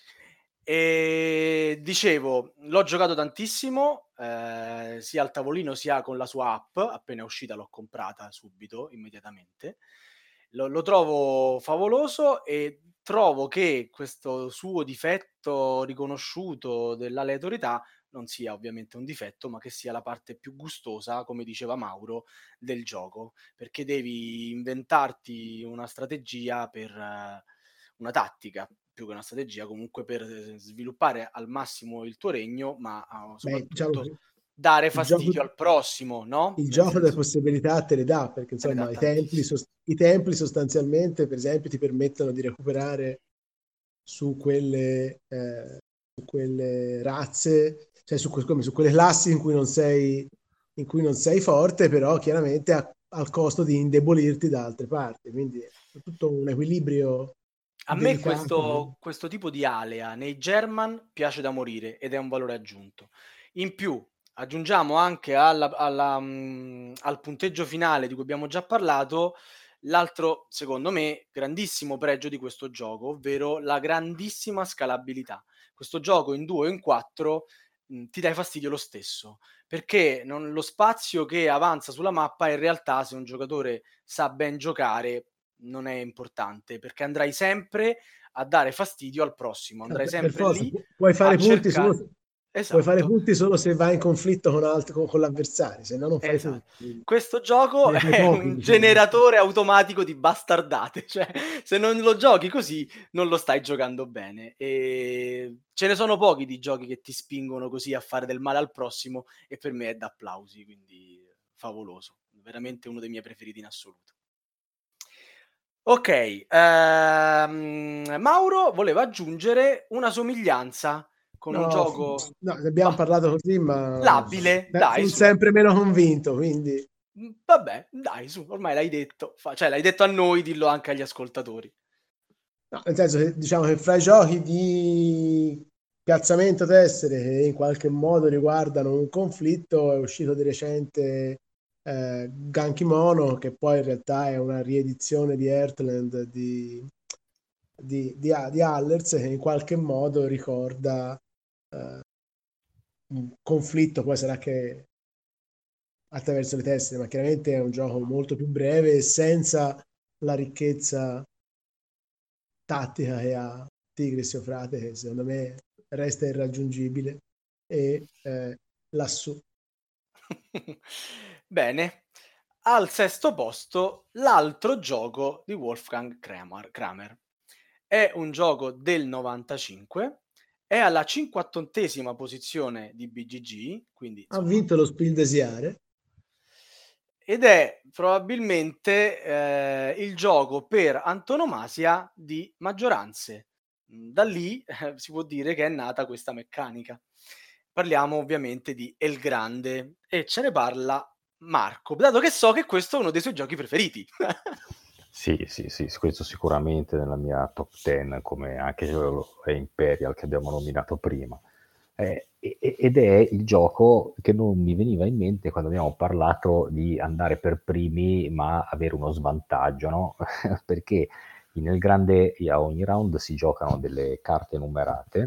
E dicevo, l'ho giocato tantissimo, eh, sia al tavolino sia con la sua app. Appena è uscita l'ho comprata subito, immediatamente. Lo, lo trovo favoloso e trovo che questo suo difetto riconosciuto dell'aleatorietà non sia ovviamente un difetto, ma che sia la parte più gustosa, come diceva Mauro, del gioco, perché devi inventarti una strategia per eh, una tattica, più che una strategia, comunque per eh, sviluppare al massimo il tuo regno, ma uh, Beh, diciamo soprattutto che dare il gioco, fastidio al prossimo, no? il Nel gioco delle senso, possibilità te le dà, perché te ne dà insomma i templi, tantissimo. sos- i templi sostanzialmente, per esempio, ti permettono di recuperare su quelle, eh, su quelle razze, cioè su, que- come su quelle classi in cui non sei, in cui non sei forte, però chiaramente a- al costo di indebolirti da altre parti. Quindi è tutto un equilibrio A me delicato. questo, questo tipo di alea nei German piace da morire ed è un valore aggiunto. In più, aggiungiamo anche alla- alla, mm, al punteggio finale di cui abbiamo già parlato l'altro, secondo me, grandissimo pregio di questo gioco, ovvero la grandissima scalabilità. Questo gioco in due o in quattro mh, ti dai fastidio lo stesso, perché non- lo spazio che avanza sulla mappa in realtà, se un giocatore sa ben giocare, non è importante, perché andrai sempre a dare fastidio al prossimo, Eh, andrai Per per sempre forza, lì pu- puoi a fare punti cercare. solo, puoi fare Esatto, punti solo se vai in conflitto con, alt- con, con l'avversario, se no non fai esatto. punti. Quindi Questo gioco ne fai è pochi, un diciamo. generatore automatico di bastardate, cioè se non lo giochi così non lo stai giocando bene. E ce ne sono pochi di giochi che ti spingono così a fare del male al prossimo e per me è da applausi, quindi favoloso, veramente uno dei miei preferiti in assoluto. Ok, ehm, Mauro voleva aggiungere una somiglianza con un No, gioco no, ne abbiamo bah, parlato così, ma labile, beh, dai sono su. sempre meno convinto, quindi Mm, Vabbè, dai su, ormai l'hai detto, Fa- cioè l'hai detto a noi, dillo anche agli ascoltatori. no, nel senso che diciamo che fra i giochi di piazzamento tessere che in qualche modo riguardano un conflitto è uscito di recente eh, Gankimono, che poi in realtà è una riedizione di Heartland di, di, di, di Allers, che in qualche modo ricorda eh, un conflitto, poi sarà che attraverso le tessere, ma chiaramente è un gioco molto più breve e senza la ricchezza tattica che ha Tigris e Eufrate, che secondo me resta irraggiungibile, e eh, lassù. Bene, al sesto posto l'altro gioco di Wolfgang Kramer. Kramer. È un gioco del novantacinque, è alla cinquantottesima posizione di B G G, quindi Ha insomma vinto lo Spiel des Jahres. ed è probabilmente eh, il gioco per antonomasia di maggioranze. Da lì eh, si può dire che è nata questa meccanica. Parliamo ovviamente di El Grande e ce ne parla Marco, dato che so che questo è uno dei suoi giochi preferiti. Sì, sì, sì, questo sicuramente nella mia top dieci, come anche è Imperial che abbiamo nominato prima. Eh, ed è il gioco che non mi veniva in mente quando abbiamo parlato di andare per primi ma avere uno svantaggio, no? Perché nel grande a ogni round si giocano delle carte numerate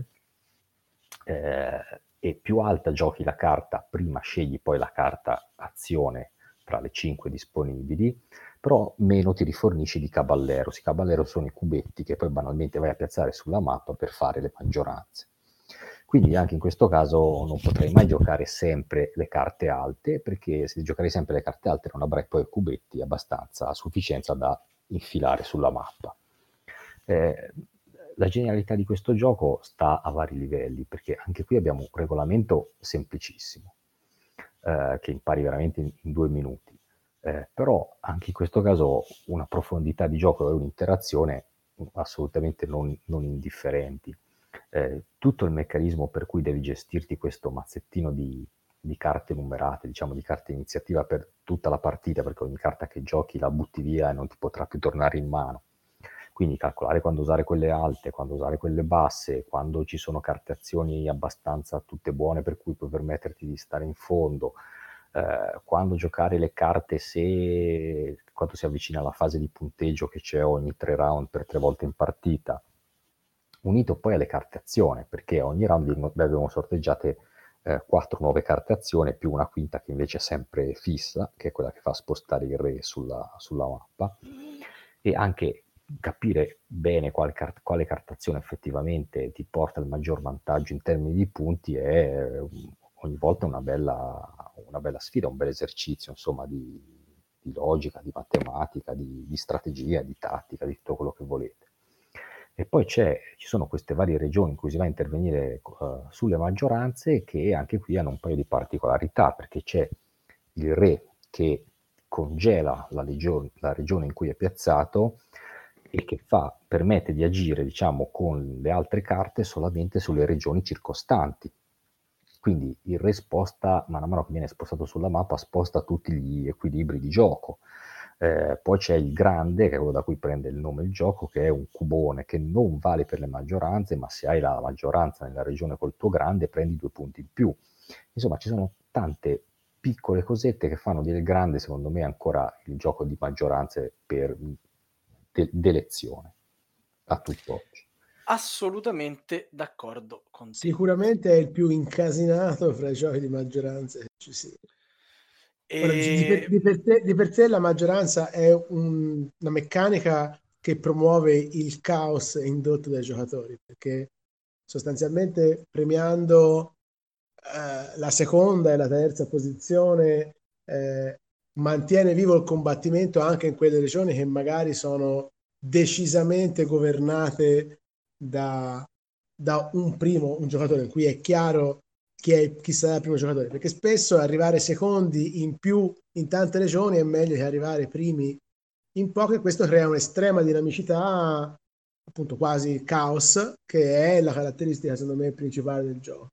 eh, e più alta giochi la carta, prima scegli poi la carta azione tra le cinque disponibili, però meno ti rifornisci di caballeros. I caballeros sono i cubetti che poi banalmente vai a piazzare sulla mappa per fare le maggioranze. Quindi anche in questo caso non potrei mai giocare sempre le carte alte, perché se giocherei sempre le carte alte non avrai poi cubetti abbastanza a sufficienza da infilare sulla mappa. Eh, la genialità di questo gioco sta a vari livelli, perché anche qui abbiamo un regolamento semplicissimo, eh, che impari veramente in, in due minuti. Eh, però anche in questo caso una profondità di gioco e un'interazione assolutamente non, non indifferenti. Eh, tutto il meccanismo per cui devi gestirti questo mazzettino di, di carte numerate, diciamo di carte iniziativa per tutta la partita, perché ogni carta che giochi la butti via e non ti potrà più tornare in mano. Quindi calcolare quando usare quelle alte, quando usare quelle basse, quando ci sono carte azioni abbastanza tutte buone per cui puoi permetterti di stare in fondo, eh, quando giocare le carte se quando si avvicina alla fase di punteggio che c'è ogni tre round per tre volte in partita, unito poi alle carte azione, perché ogni round abbiamo sorteggiate eh, quattro nuove carte azione più una quinta che invece è sempre fissa, che è quella che fa spostare il re sulla, sulla mappa, e anche capire bene quale, car- quale carta azione effettivamente ti porta il maggior vantaggio in termini di punti è ogni volta una bella, una bella sfida, un bel esercizio insomma di, di logica, di matematica, di, di strategia, di tattica, di tutto quello che volete. E poi c'è, ci sono queste varie regioni in cui si va a intervenire uh, sulle maggioranze che anche qui hanno un paio di particolarità, perché c'è il re che congela la, legione, la regione in cui è piazzato e che fa, permette di agire diciamo, con le altre carte solamente sulle regioni circostanti. Quindi il re sposta, man mano che viene spostato sulla mappa, sposta tutti gli equilibri di gioco. Eh, poi c'è il grande, che è quello da cui prende il nome il gioco, che è un cubone che non vale per le maggioranze, ma se hai la maggioranza nella regione col tuo grande prendi due punti in più. Insomma, ci sono tante piccole cosette che fanno del grande, secondo me, ancora il gioco di maggioranze per de- d'elezione a tutt'oggi. Assolutamente d'accordo con te. Sicuramente è il più incasinato fra i giochi di maggioranza che ci sia. E... Ora, di, per, di, per te, di per sé la maggioranza è un, una meccanica che promuove il caos indotto dai giocatori, perché sostanzialmente premiando eh, la seconda e la terza posizione eh, mantiene vivo il combattimento anche in quelle regioni che magari sono decisamente governate da, da un primo, un giocatore, in cui è chiaro chi, è, chi sarà il primo giocatore, perché spesso arrivare secondi in più in tante regioni è meglio che arrivare primi in poche. Questo crea un'estrema dinamicità, appunto quasi caos, che è la caratteristica secondo me principale del gioco.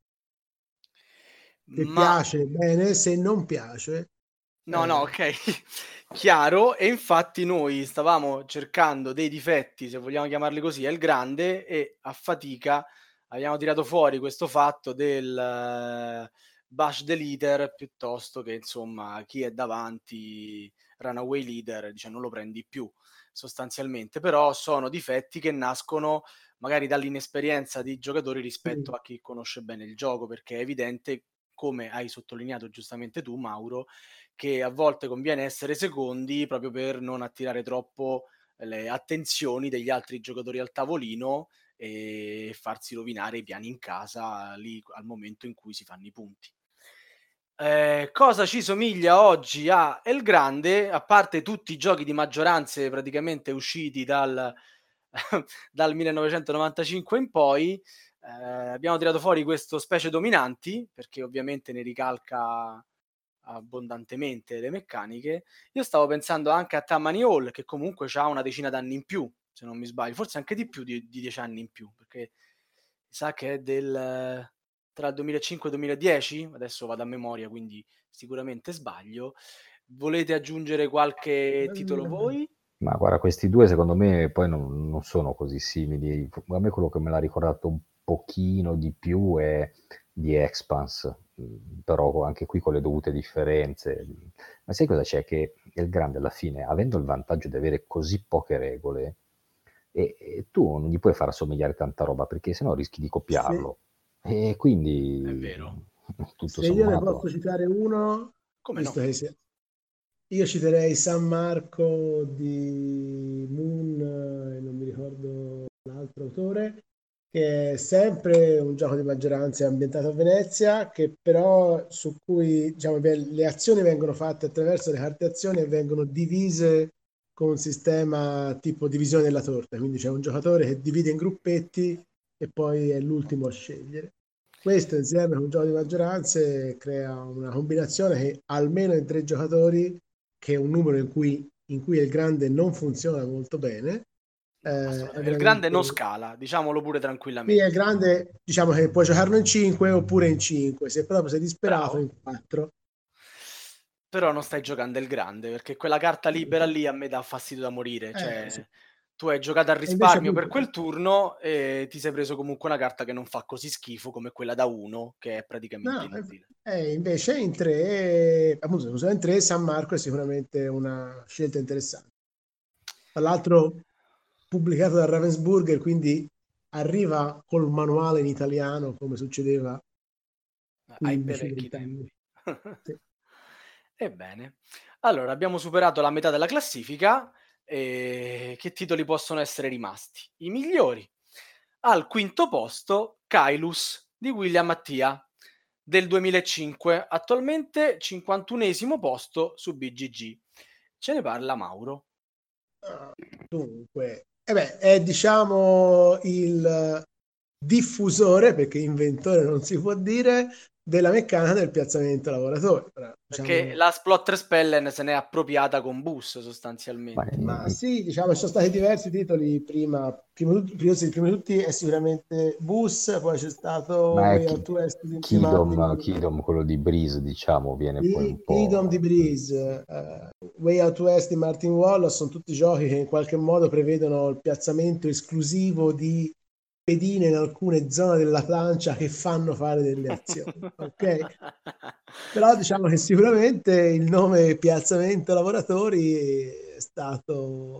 Se Ma... piace bene, se non piace no eh... no ok chiaro, e infatti noi stavamo cercando dei difetti, se vogliamo chiamarli così, al grande, e a fatica abbiamo tirato fuori questo fatto del uh, bash the leader, piuttosto che insomma chi è davanti, runaway leader, dice non lo prendi più sostanzialmente. Però sono difetti che nascono magari dall'inesperienza di giocatori rispetto sì. a chi conosce bene il gioco, perché è evidente, come hai sottolineato giustamente tu Mauro, che a volte conviene essere secondi proprio per non attirare troppo le attenzioni degli altri giocatori al tavolino e farsi rovinare i piani in casa lì al momento in cui si fanno i punti. Eh, cosa ci somiglia oggi a El Grande, a parte tutti i giochi di maggioranze praticamente usciti dal, dal millenovecentonovantacinque in poi? Eh, abbiamo tirato fuori questo specie dominanti, perché ovviamente ne ricalca abbondantemente le meccaniche, io stavo pensando anche a Tammany Hall, che comunque ha una decina d'anni in più, se non mi sbaglio, forse anche di più di, di dieci anni in più, perché sa che è del tra il duemilacinque e il duemiladieci, adesso vado a memoria, quindi sicuramente sbaglio. Volete aggiungere qualche titolo voi? Ma guarda, questi due secondo me poi non, non sono così simili. A me quello che me l'ha ricordato un pochino di più è di Expanse, però anche qui con le dovute differenze. Ma sai cosa c'è? Che il grande alla fine, avendo il vantaggio di avere così poche regole, e, e tu non gli puoi far assomigliare tanta roba, perché sennò rischi di copiarlo. Sì. E quindi... È vero. Tutto Se sommato, io ne posso citare uno, come visto no? che sia... Io citerei San Marco di Moon, e non mi ricordo l'altro autore, che è sempre un gioco di maggioranza ambientato a Venezia, che però su cui diciamo, le azioni vengono fatte attraverso le carte azioni e vengono divise con un sistema tipo divisione della torta, quindi c'è un giocatore che divide in gruppetti e poi è l'ultimo a scegliere. Questo insieme con un gioco di maggioranze crea una combinazione che almeno in tre giocatori, che è un numero in cui, in cui il grande non funziona molto bene. No, eh, assolutamente. Il grande non scala, diciamolo pure tranquillamente. Sì, il grande, diciamo che puoi giocarlo in cinque oppure in cinque, se proprio sei disperato. Bravo. In quattro. Però non stai giocando il grande, perché quella carta libera lì a me dà fastidio da morire. Cioè, eh, sì. tu hai giocato al risparmio invece, per quel turno e ti sei preso comunque una carta che non fa così schifo come quella da uno, che è praticamente no, inutile. Eh, invece in tre, appunto, se in tre, San Marco è sicuramente una scelta interessante. Tra l'altro pubblicato da Ravensburger, quindi arriva col manuale in italiano, come succedeva quindici venti anni. Sì. Ebbene, allora abbiamo superato la metà della classifica. E che titoli possono essere rimasti? I migliori. Al quinto posto, Kailus di William Mattia del duemilacinque, attualmente cinquantunesimo posto su B G G. Ce ne parla Mauro. Uh, dunque, eh beh, è diciamo il diffusore, perché inventore non si può dire, della meccanica del piazzamento lavoratore. Però, perché diciamo... la Splotter-Spellen se n'è appropriata con Bus sostanzialmente. Ma, Ma sì, diciamo, ci sono stati diversi titoli prima. Prima, prima, prima di tutti è sicuramente Bus, poi c'è stato Way Out West di Kingdom, Kingdom, quello di Breeze, diciamo, viene di, poi un po'... Kingdom di Breeze, uh, Way Out West di Martin Wallace, sono tutti giochi che in qualche modo prevedono il piazzamento esclusivo di pedine in alcune zone della plancia che fanno fare delle azioni. Ok? Però diciamo che sicuramente il nome piazzamento lavoratori è stato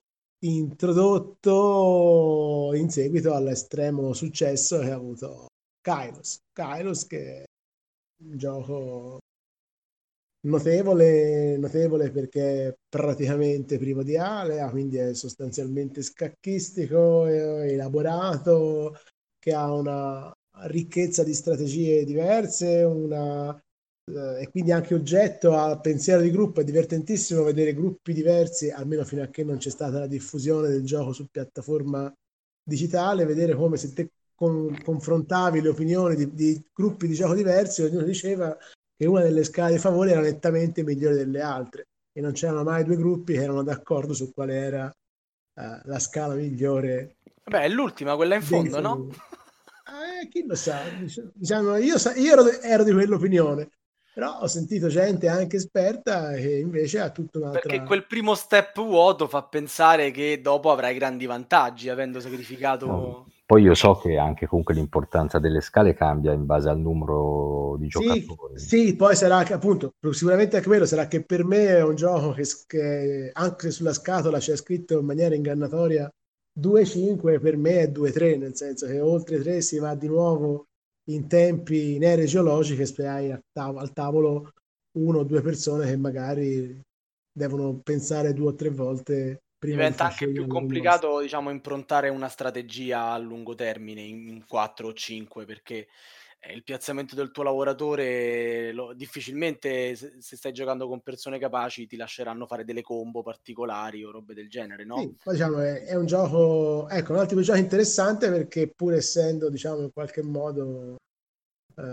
introdotto in seguito all'estremo successo che ha avuto Kailus. Kailus che è un gioco notevole, notevole perché è praticamente primo di Alea, quindi è sostanzialmente scacchistico, elaborato, che ha una ricchezza di strategie diverse, una, eh, e quindi anche oggetto a pensiero di gruppo. È divertentissimo vedere gruppi diversi, almeno fino a che non c'è stata la diffusione del gioco su piattaforma digitale, vedere come se te con, confrontavi le opinioni di, di gruppi di gioco diversi, ognuno diceva che una delle scale di favore era nettamente migliore delle altre e non c'erano mai due gruppi che erano d'accordo su quale era uh, la scala migliore. Beh, è l'ultima, quella in fondo, no? Eh, chi lo sa? Diciamo, io, io ero, ero di quell'opinione, però ho sentito gente anche esperta che invece ha tutta un'altra... Perché quel primo step vuoto fa pensare che dopo avrai grandi vantaggi, avendo sacrificato... No. Poi io so che anche comunque l'importanza delle scale cambia in base al numero di giocatori. Sì, sì, poi sarà che appunto, sicuramente anche quello sarà che per me è un gioco che, che anche sulla scatola c'è scritto in maniera ingannatoria due cinque, per me è due tre, nel senso che oltre tre si va di nuovo in tempi, in ere geologiche, se hai al tavolo, al tavolo uno o due persone che magari devono pensare due o tre volte prima diventa di anche più complicato, diciamo, improntare una strategia a lungo termine in quattro o cinque, perché eh, il piazzamento del tuo lavoratore lo, difficilmente, se, se stai giocando con persone capaci, ti lasceranno fare delle combo particolari o robe del genere, no? Sì, poi diciamo è, è un gioco, ecco, un altro gioco interessante perché pur essendo, diciamo, in qualche modo eh,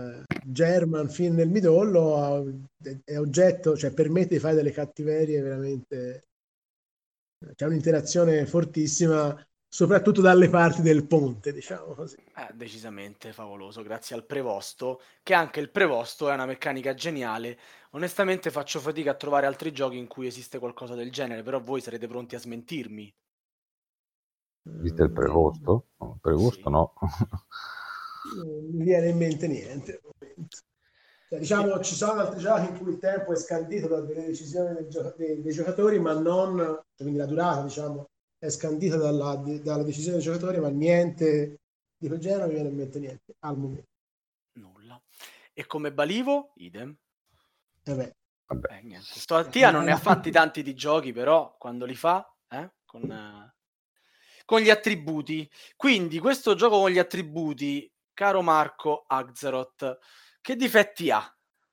German fin nel midollo è oggetto, cioè permette di fare delle cattiverie veramente, c'è un'interazione fortissima, soprattutto dalle parti del ponte, diciamo così. Eh, decisamente favoloso, grazie al prevosto, che anche il prevosto è una meccanica geniale. Onestamente faccio fatica a trovare altri giochi in cui esiste qualcosa del genere, però voi sarete pronti a smentirmi. Esiste il prevosto? No, il prevosto Sì. no. Non mi viene in mente niente. Cioè, diciamo, ci sono altri giochi in cui il tempo è scandito da delle decisioni del gio- dei, dei giocatori, ma non, cioè, quindi la durata, diciamo, è scandita dalla, dalla decisione dei giocatori, ma niente di quel genere non mi viene in mente niente al momento. Nulla. E come Balivo, idem. Eh beh. Vabbè. Eh, niente. Stoattia non ne ha fatti tanti di giochi, però quando li fa, eh, con, eh, con gli attributi. Quindi questo gioco con gli attributi, caro Marco Axaroth, che difetti ha?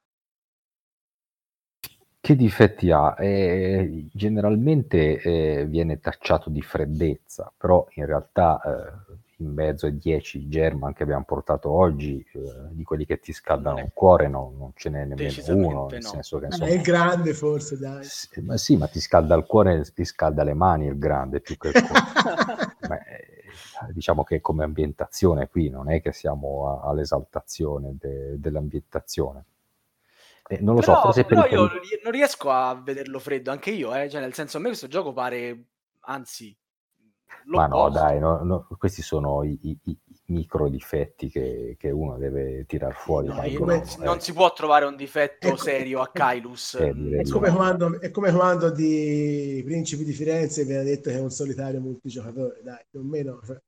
Che difetti ha? Eh, generalmente eh, viene tacciato di freddezza, però in realtà eh, in mezzo ai dieci German che abbiamo portato oggi, eh, di quelli che ti scaldano il cuore, no, non ce n'è nemmeno uno, nel no. senso che Vabbè, insomma, è il grande forse, dai. Sì, ma sì, ma ti scalda il cuore, ti scalda le mani il grande più che il cuore. Ma, eh, diciamo che come ambientazione qui non è che siamo a, all'esaltazione de, dell'ambientazione. Eh, non lo però, so, forse però per i io peri- non riesco a vederlo freddo, anche io, eh? Cioè, nel senso, a me questo gioco pare, anzi, Ma no, l'opposto. dai, no, no, questi sono i, i, i micro difetti che, che uno deve tirar fuori. No, quando non, uno, non eh, si può trovare un difetto Ecco, serio a Kylus. eh, direi È di come, no. quando, è come quando di Principi di Firenze viene detto che è un solitario multigiocatore, dai, più o meno. Cioè,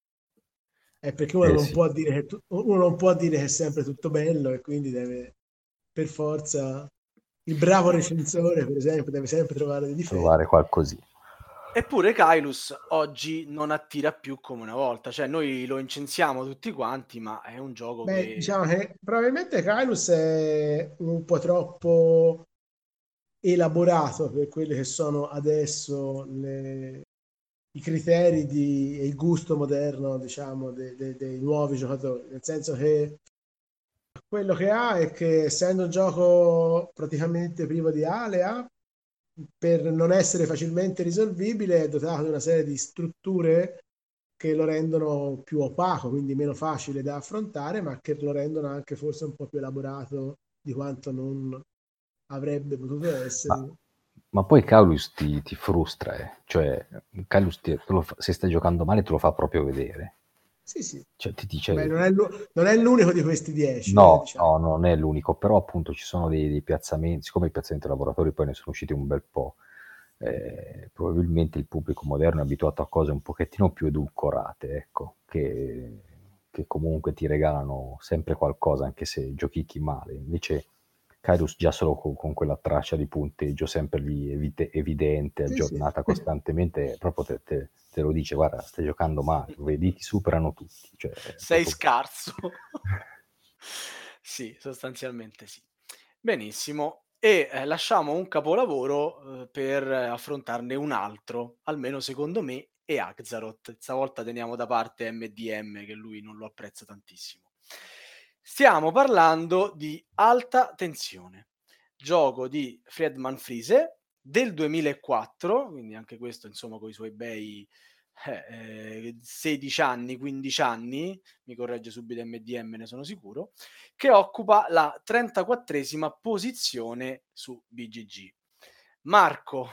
è perché uno Eh, non sì. può dire che tu- uno non può dire che è sempre tutto bello e quindi deve per forza il bravo recensore, per esempio, deve sempre trovare dei difetti. Trovare qualcosina. Eppure Kylus oggi non attira più come una volta, cioè noi lo incensiamo tutti quanti, ma è un gioco Beh, che... diciamo che probabilmente Kylus è un po' troppo elaborato per quelli che sono adesso le, i criteri di, e il gusto moderno, diciamo, de, de, dei nuovi giocatori, nel senso che quello che ha è che essendo un gioco praticamente privo di alea, per non essere facilmente risolvibile, è dotato di una serie di strutture che lo rendono più opaco, quindi meno facile da affrontare, ma che lo rendono anche forse un po' più elaborato di quanto non avrebbe potuto essere. Ma, ma poi Kylus ti, ti frustra, eh. Cioè Kylus ti, te lo fa, se stai giocando male te lo fa proprio vedere. Sì, sì. Cioè, ti dice... Beh, non, è non è l'unico di questi dieci. No, eh, diciamo. no, non è l'unico, però appunto ci sono dei, dei piazzamenti, siccome i piazzamenti lavoratori poi ne sono usciti un bel po', eh, probabilmente il pubblico moderno è abituato a cose un pochettino più edulcorate, ecco, che, che comunque ti regalano sempre qualcosa, anche se giochichi male. Invece Kyrus già solo con, con quella traccia di punteggio sempre lì evite, evidente, Sì, aggiornata sì. costantemente, proprio te, te, te lo dice, guarda, stai giocando male, vedi, ti superano tutti. Cioè, Sei proprio... scarso. Sì, sostanzialmente sì. Benissimo. E eh, lasciamo un capolavoro eh, per affrontarne un altro, almeno secondo me, è Axaroth. Stavolta teniamo da parte M D M, che lui non lo apprezza tantissimo. Stiamo parlando di Alta Tensione, gioco di Friedman Friese del duemilaquattro, quindi anche questo insomma con i suoi bei eh, sedici anni, quindici anni, mi corregge subito M D M, ne sono sicuro, che occupa la trentaquattresima posizione su B G G. Marco.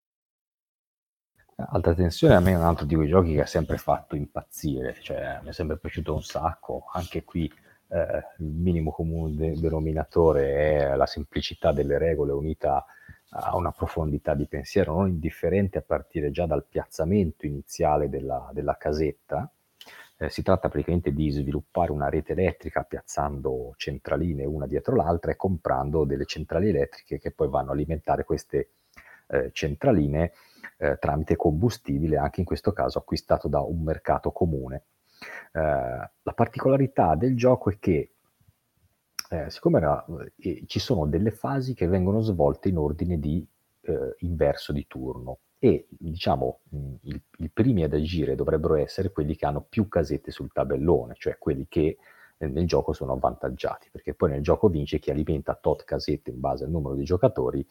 Alta Tensione a me è un altro di quei giochi che ha sempre fatto impazzire, cioè mi è sempre piaciuto un sacco, anche qui eh, il minimo comune de- denominatore è la semplicità delle regole unita a una profondità di pensiero non indifferente a partire già dal piazzamento iniziale della, della casetta. Eh, si tratta praticamente di sviluppare una rete elettrica piazzando centraline una dietro l'altra e comprando delle centrali elettriche che poi vanno a alimentare queste eh, centraline eh, tramite combustibile, anche in questo caso acquistato da un mercato comune. Eh, la particolarità del gioco è che eh, siccome era, eh, ci sono delle fasi che vengono svolte in ordine di eh, inverso di turno e diciamo mh, il, i primi ad agire dovrebbero essere quelli che hanno più casette sul tabellone, cioè quelli che nel, nel gioco sono avvantaggiati, perché poi nel gioco vince chi alimenta tot casette in base al numero di giocatori,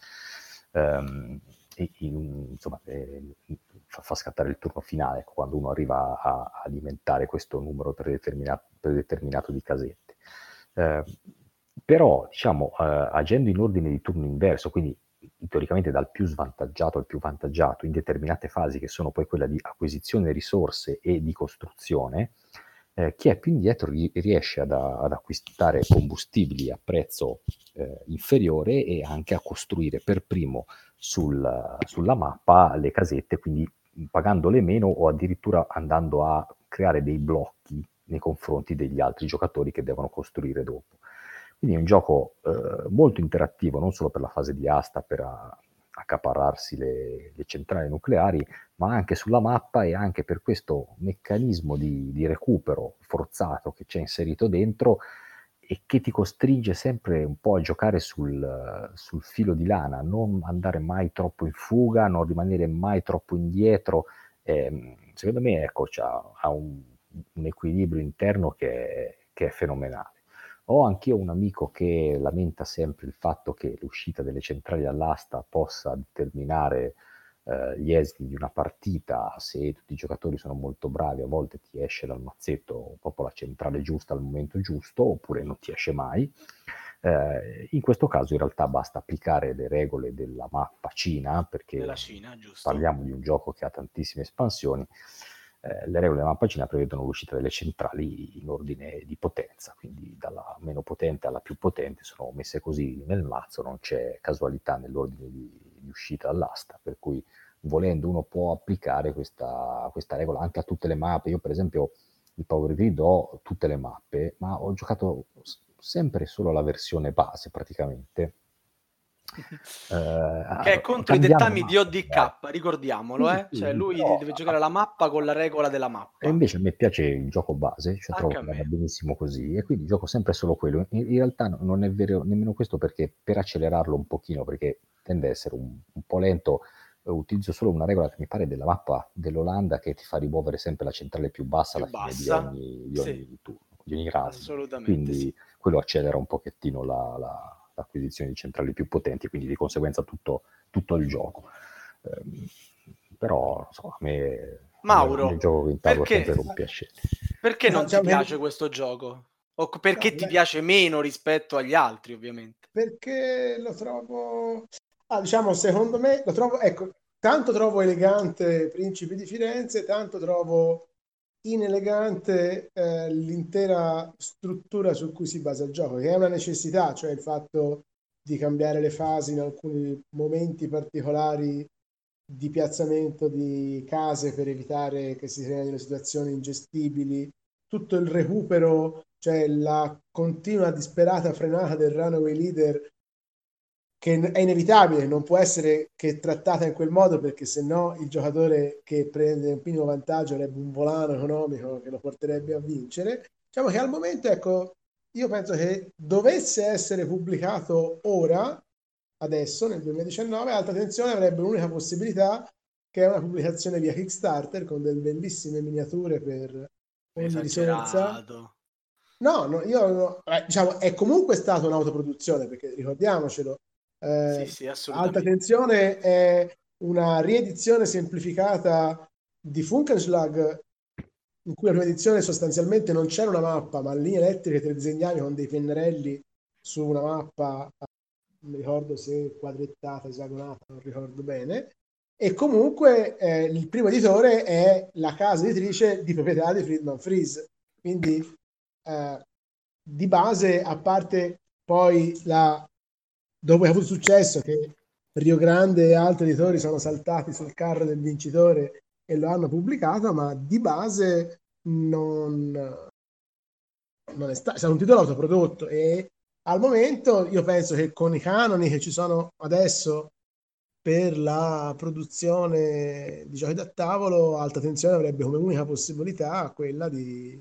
ehm, e in, insomma, eh, fa, fa scattare il turno finale, ecco, quando uno arriva a, a alimentare questo numero predeterminato, predeterminato di casette. Eh, però, diciamo, eh, agendo in ordine di turno inverso, quindi teoricamente dal più svantaggiato al più vantaggiato in determinate fasi, che sono poi quella di acquisizione risorse e di costruzione, eh, chi è più indietro riesce ad, ad acquistare combustibili a prezzo eh, inferiore e anche a costruire per primo sul, sulla mappa le casette, quindi pagandole meno o addirittura andando a creare dei blocchi nei confronti degli altri giocatori che devono costruire dopo. Quindi è un gioco eh, molto interattivo, non solo per la fase di asta, per a, accaparrarsi le, le centrali nucleari, ma anche sulla mappa e anche per questo meccanismo di, di recupero forzato che c'è inserito dentro e che ti costringe sempre un po' a giocare sul, sul filo di lana, non andare mai troppo in fuga, non rimanere mai troppo indietro. Eh, secondo me, ecco, c'ha, ha un, un equilibrio interno che è, che è fenomenale. Ho anch'io un amico che lamenta sempre il fatto che l'uscita delle centrali all'asta possa determinare eh, gli esiti di una partita. Se tutti i giocatori sono molto bravi, a volte ti esce dal mazzetto proprio la centrale giusta al momento giusto, oppure non ti esce mai. Eh, in questo caso in realtà basta applicare le regole della mappa Cina, perché della Cina, giusto. Parliamo di un gioco che ha tantissime espansioni. Eh, le regole della mappa Cina prevedono l'uscita delle centrali in ordine di potenza, quindi dalla meno potente alla più potente sono messe così nel mazzo, non c'è casualità nell'ordine di, di uscita dall'asta, per cui volendo uno può applicare questa, questa regola anche a tutte le mappe. Io per esempio il Power Grid ho tutte le mappe, ma ho giocato sempre solo la versione base praticamente. Uh, che è contro i dettami di O D K, eh. ricordiamolo, sì, eh? sì, cioè lui però, deve giocare la mappa con la regola della mappa. E invece a me piace il gioco base, cioè trovo che vada benissimo così, e quindi gioco sempre solo quello. In, in realtà non è vero nemmeno questo, perché per accelerarlo un pochino, perché tende a essere un, un po' lento, eh, utilizzo solo una regola che mi pare della mappa dell'Olanda, che ti fa rimuovere sempre la centrale più bassa più alla bassa. fine di ogni, di ogni Sì. turno, di ogni round. Assolutamente, quindi sì. quello accelera un pochettino la, la l'acquisizione di centrali più potenti, quindi di conseguenza tutto, tutto il gioco. Eh, però, non so, a me, Mauro, a me il gioco in tavola perché, sempre con piacere. Perché non no, cioè, ti piace questo gioco? O perché no, ti beh, piace meno rispetto agli altri, ovviamente? Perché lo trovo, ah, diciamo, secondo me, lo trovo, ecco, tanto trovo elegante Principi di Firenze, tanto trovo inelegante eh, l'intera struttura su cui si basa il gioco, che è una necessità, cioè il fatto di cambiare le fasi in alcuni momenti particolari di piazzamento di case per evitare che si creino situazioni ingestibili, tutto il recupero, cioè la continua disperata frenata del runaway leader, che è inevitabile, non può essere che trattata in quel modo, perché se no il giocatore che prende un minimo vantaggio avrebbe un volano economico che lo porterebbe a vincere. Diciamo che al momento, ecco, io penso che dovesse essere pubblicato ora, adesso nel duemiladiciannove, Alta Tensione avrebbe un'unica possibilità, che è una pubblicazione via Kickstarter con delle bellissime miniature per ogni risorsa. Esagerato. No, no, io no, eh, diciamo, è comunque stata un'autoproduzione, perché ricordiamocelo, eh, Sì, sì, Alta assolutamente. Tensione è una riedizione semplificata di Funkenschlag, in cui la prima edizione sostanzialmente non c'era una mappa, ma linee elettriche te le disegnavi con dei pennarelli su una mappa, non mi ricordo se quadrettata, esagonata, non ricordo bene, e comunque eh, il primo editore è la casa editrice di proprietà di Friedman Freeze, quindi eh, di base, a parte poi la, dopo che ha avuto successo che Rio Grande e altri editori sono saltati sul carro del vincitore e lo hanno pubblicato, ma di base non, non è stato, è stato un titolo autoprodotto, e al momento io penso che con i canoni che ci sono adesso per la produzione di giochi da tavolo, Alta Tensione avrebbe come unica possibilità quella di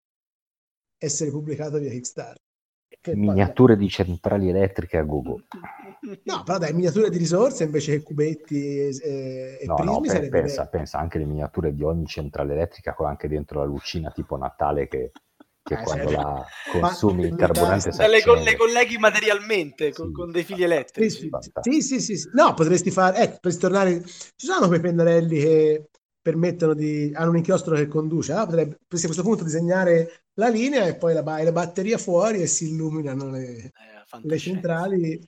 essere pubblicato via Kickstarter. Che Miniature poi, di centrali elettriche a Google. no, però dai, miniature di risorse invece che cubetti e, e, e no, prismi no, pe- sarebbe pensa, bello. pensa anche le miniature di ogni centrale elettrica con anche dentro la lucina tipo Natale che, che Eh, quando certo. la consumi Ma- il carburante si Le, le accende. colleghi materialmente con, Sì. con dei fili Sì, elettrici. sì, Fantastico. sì, sì, sì, sì. No, potresti fare, ecco, potresti tornare, ci sono quei pennarelli che permettono di, hanno un inchiostro che conduce, ah, potrebbe, potresti a questo punto disegnare la linea e poi la, ba- la batteria fuori e si illuminano le, Eh, le fantascienza. centrali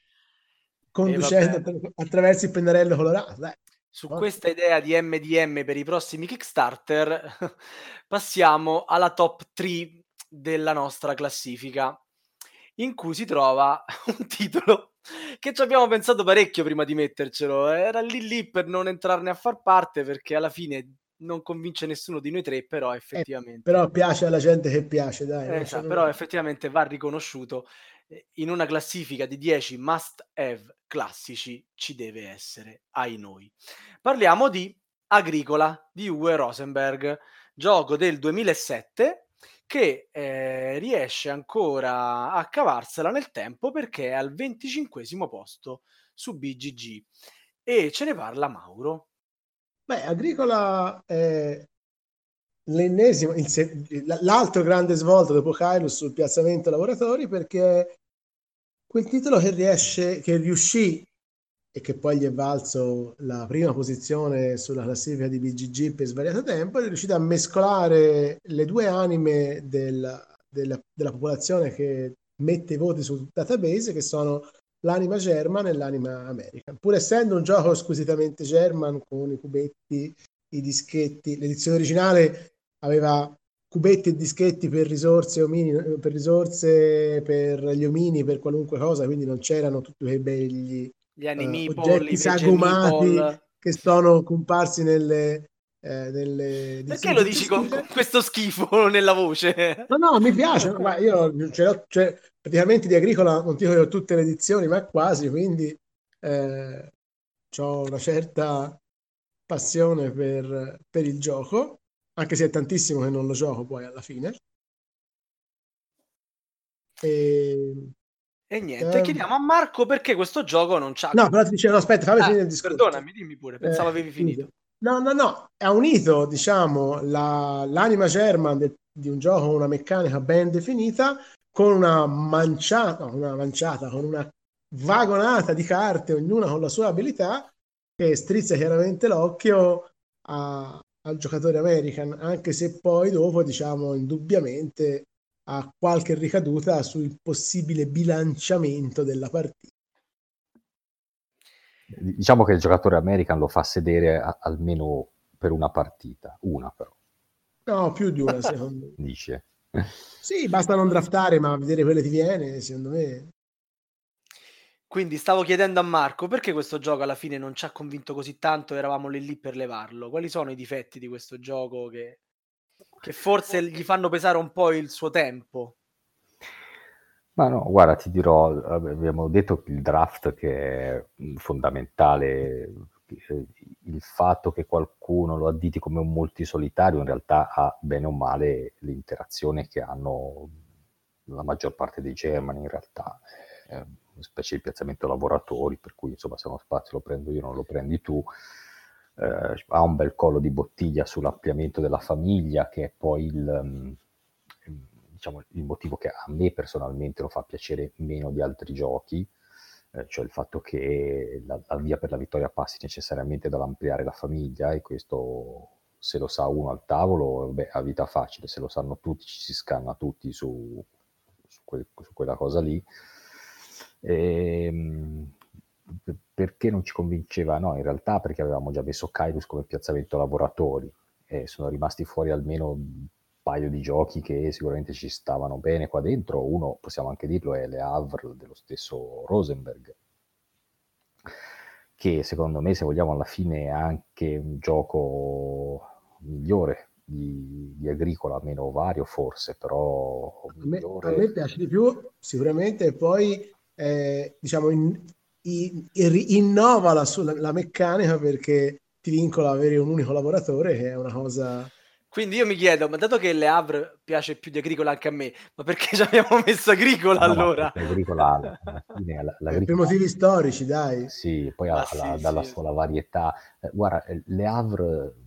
E conducendo vabbè, attra- attraverso il pennarello colorato, dai. su Ottimo. questa idea di M D M per i prossimi Kickstarter passiamo alla top tre della nostra classifica, in cui si trova un titolo che ci abbiamo pensato parecchio prima di mettercelo. Era lì lì per non entrarne a far parte, perché alla fine non convince nessuno di noi tre, però Eh, effettivamente... però piace alla gente che piace, dai. Non c'è Esatto, però nulla. effettivamente va riconosciuto, eh, in una classifica di dieci must have classici ci deve essere, ai noi. Parliamo di Agricola di Uwe Rosenberg, gioco del duemilasette che eh, riesce ancora a cavarsela nel tempo perché è al venticinquesimo posto su B G G e ce ne parla Mauro. Beh, Agricola è l'ennesimo, il se- l'altro grande svolto dopo Kairos sul piazzamento lavoratori, perché quel titolo che riesce, che riuscì e che poi gli è valso la prima posizione sulla classifica di B G G per svariato tempo, è riuscito a mescolare le due anime del- della, della popolazione che mette i voti sul database, che sono l'anima German e l'anima American. Pur essendo un gioco squisitamente German, con i cubetti, i dischetti, l'edizione originale aveva cubetti e dischetti per risorse, omini, per risorse per gli omini, per qualunque cosa, quindi non c'erano tutti quei begli Gli uh, Animeeple, oggetti i sagomati Vegemeeple. che sono comparsi nelle, eh, nelle Perché edizioni lo dici con, con successive. questo schifo nella voce? No, no, mi piace, ma io ce l'ho, cioè, praticamente di Agricola non dico che ho tutte le edizioni, ma quasi, quindi eh, ho una certa passione per, per il gioco, anche se è tantissimo che non lo gioco poi alla fine. E, E niente, eh, chiediamo a Marco perché questo gioco non c'ha... no, però ti dicevo, no, aspetta, fammi Ah, finire il discorso. perdonami, dimmi pure, Eh, pensavo avevi finito. no, no, no, ha unito, diciamo, la- l'anima German de- di un gioco, una meccanica ben definita, con una manciata, no, una manciata, con una vagonata di carte, ognuna con la sua abilità, che strizza chiaramente l'occhio a- al giocatore American, anche se poi dopo, diciamo, indubbiamente ha qualche ricaduta sul possibile bilanciamento della partita. Diciamo che il giocatore American lo fa sedere a- almeno per una partita, una però, No, più di una, secondo me. dice. Sì, basta non draftare, ma vedere quello ti viene, secondo me. Quindi stavo chiedendo a Marco perché questo gioco alla fine non ci ha convinto così tanto e eravamo lì lì per levarlo. Quali sono i difetti di questo gioco che, che forse gli fanno pesare un po' il suo tempo? Ma no, guarda, ti dirò, abbiamo detto che il draft che è fondamentale, eh, il fatto che qualcuno lo additi come un multisolitario in realtà ha bene o male l'interazione che hanno la maggior parte dei German in realtà, è una specie di piazzamento lavoratori, per cui insomma se uno spazio lo prendo io non lo prendi tu, eh, ha un bel collo di bottiglia sull'ampliamento della famiglia che è poi il... Um, diciamo, il motivo che a me personalmente lo fa piacere meno di altri giochi, eh, cioè il fatto che la, la via per la vittoria passi necessariamente dall'ampliare la famiglia, e questo se lo sa uno al tavolo, beh, ha vita facile, se lo sanno tutti ci si scanna tutti su, su, quel, su quella cosa lì. E, perché non ci convinceva? No, in realtà perché avevamo già messo Kairos come piazzamento lavoratori e sono rimasti fuori almeno paio di giochi che sicuramente ci stavano bene qua dentro. Uno, possiamo anche dirlo, è Le Havre dello stesso Rosenberg, che secondo me, se vogliamo, alla fine è anche un gioco migliore di, di Agricola, meno vario forse, però A me, migliore. a me piace di più sicuramente, e poi eh, diciamo in, in, innova la, la, la meccanica, perché ti vincola avere un unico lavoratore, che è una cosa... Quindi io mi chiedo, ma dato che Le Havre piace più di Agricola anche a me, ma perché ci abbiamo messo Agricola No, allora? Agricola alla fine, l'Agricola, per motivi storici, dai. sì, poi Ma ha, sì, la, dalla sì. sola varietà. Eh, guarda, Le Havre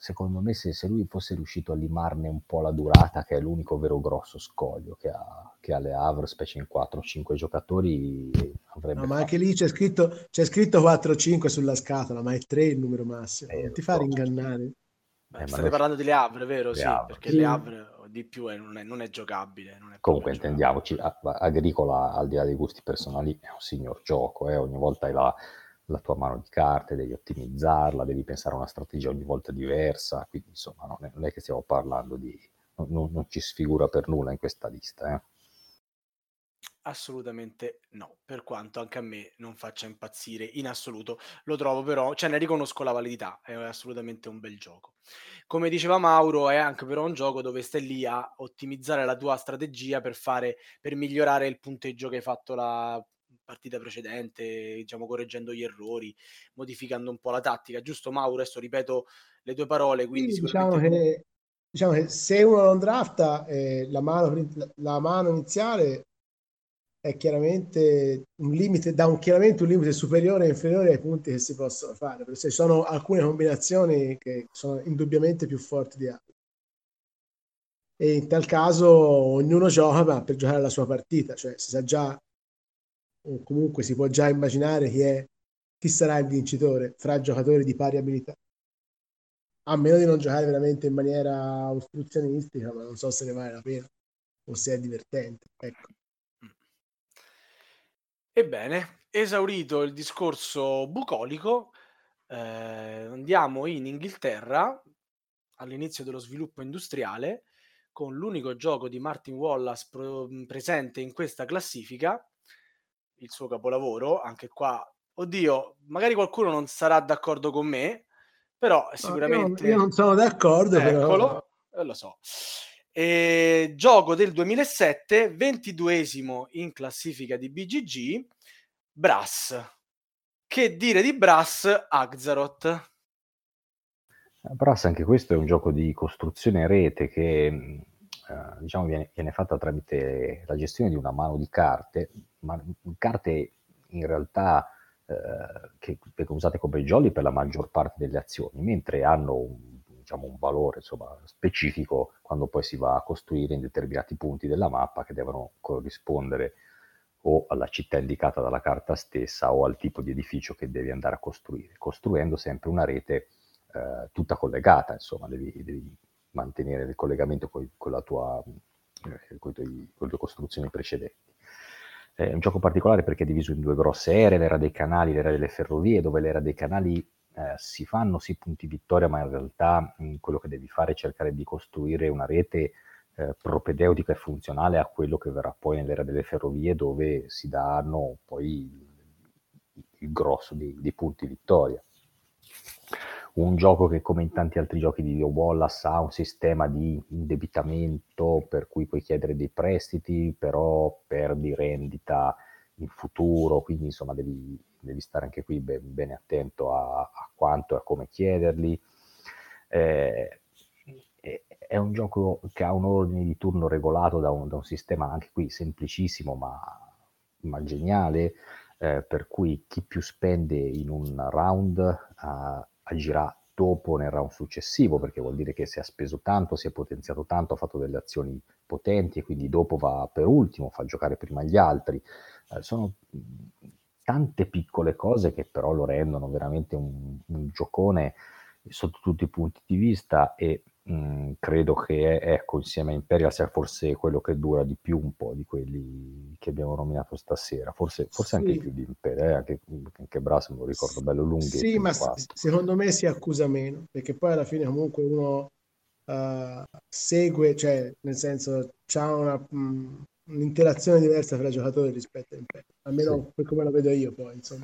secondo me se, se lui fosse riuscito a limarne un po' la durata, che è l'unico vero grosso scoglio che ha, che ha Le Havre, specie in quattro o cinque giocatori, avrebbe No, ma fatto. anche lì c'è scritto, c'è scritto quattro cinque sulla scatola, ma è tre il numero massimo, Eh, non ti lo fa so. ringannare. Beh, Eh, ma state noi- parlando di Le Havre, vero? Le Sì, Havre, perché sì. Le Mm. Havre di più è- non, è, non è giocabile. Non è Comunque proprio intendiamoci, a- a- Agricola, al di là dei gusti personali, è un signor gioco, eh, ogni volta hai la, la tua mano di carte, devi ottimizzarla, devi pensare a una strategia ogni volta diversa, quindi insomma non è, non è che stiamo parlando di... non, non- non ci sfigura per nulla in questa lista. Eh. Assolutamente no, per quanto anche a me non faccia impazzire in assoluto, lo trovo però, cioè ne riconosco la validità, è assolutamente un bel gioco. Come diceva Mauro, è anche però un gioco dove stai lì a ottimizzare la tua strategia per fare, per migliorare il punteggio che hai fatto la partita precedente, diciamo correggendo gli errori, modificando un po' la tattica, giusto Mauro? Adesso ripeto le tue parole, quindi Sì, sicuramente diciamo tu... che, diciamo che se uno non drafta, eh, la mano, la mano iniziale è chiaramente un limite, dà un, chiaramente un limite superiore e inferiore ai punti che si possono fare, perché ci sono alcune combinazioni che sono indubbiamente più forti di altre. E in tal caso ognuno gioca per giocare la sua partita, cioè si sa già, o comunque si può già immaginare chi è, chi sarà il vincitore fra giocatori di pari abilità. A meno di non giocare veramente in maniera ostruzionistica, ma non so se ne vale la pena o se è divertente. Ecco. Ebbene, esaurito il discorso bucolico, eh, andiamo in Inghilterra all'inizio dello sviluppo industriale con l'unico gioco di Martin Wallace pro- presente in questa classifica, il suo capolavoro, anche qua, oddio, magari qualcuno non sarà d'accordo con me, però No, io, sicuramente... io non sono d'accordo, però... Eccolo, eh, lo so. E, gioco del duemilasette, ventiduesimo in classifica di B G G, Brass. Che dire di Brass, Axaroth? Brass anche questo è un gioco di costruzione a rete che mh, eh, diciamo viene, viene fatta tramite la gestione di una mano di carte, ma carte in realtà eh, che vengono usate come jolly per la maggior parte delle azioni, mentre hanno un, diciamo, un valore insomma, specifico quando poi si va a costruire in determinati punti della mappa che devono corrispondere o alla città indicata dalla carta stessa o al tipo di edificio che devi andare a costruire, costruendo sempre una rete eh, tutta collegata, insomma, devi, devi mantenere il collegamento con, con, la tua, eh, con, i tuoi, con le tue costruzioni precedenti. È un gioco particolare perché è diviso in due grosse ere, l'era dei canali, l'era delle ferrovie, dove l'era dei canali eh, si fanno sì punti vittoria, ma in realtà mh, quello che devi fare è cercare di costruire una rete eh, propedeutica e funzionale a quello che verrà poi nell'era delle ferrovie, dove si danno poi il, il grosso dei, dei punti vittoria. Un gioco che, come in tanti altri giochi di Wallace, ha un sistema di indebitamento per cui puoi chiedere dei prestiti, però perdi rendita in futuro, quindi insomma devi, devi stare anche qui ben, bene attento a, a quanto e a come chiederli. Eh, è un gioco che ha un ordine di turno regolato da un, da un sistema anche qui semplicissimo ma, ma geniale, eh, per cui chi più spende in un round uh, agirà dopo nel round successivo, perché vuol dire che se ha speso tanto, si è potenziato tanto, ha fatto delle azioni potenti e quindi dopo va per ultimo, fa giocare prima gli altri. Eh, sono tante piccole cose che però lo rendono veramente un, un giocone sotto tutti i punti di vista e mh, credo che ecco, insieme a Imperial sia forse quello che dura di più un po' di quelli che abbiamo nominato stasera, forse, forse Sì. anche più di Imperial, eh? anche, anche Brass me lo ricordo bello lunghetto. Sì, ma secondo me si accusa meno, perché poi alla fine comunque uno uh, segue, cioè nel senso c'ha una, mh, un'interazione diversa tra i giocatori rispetto a Imperial, almeno sì. Per come lo vedo io poi, insomma.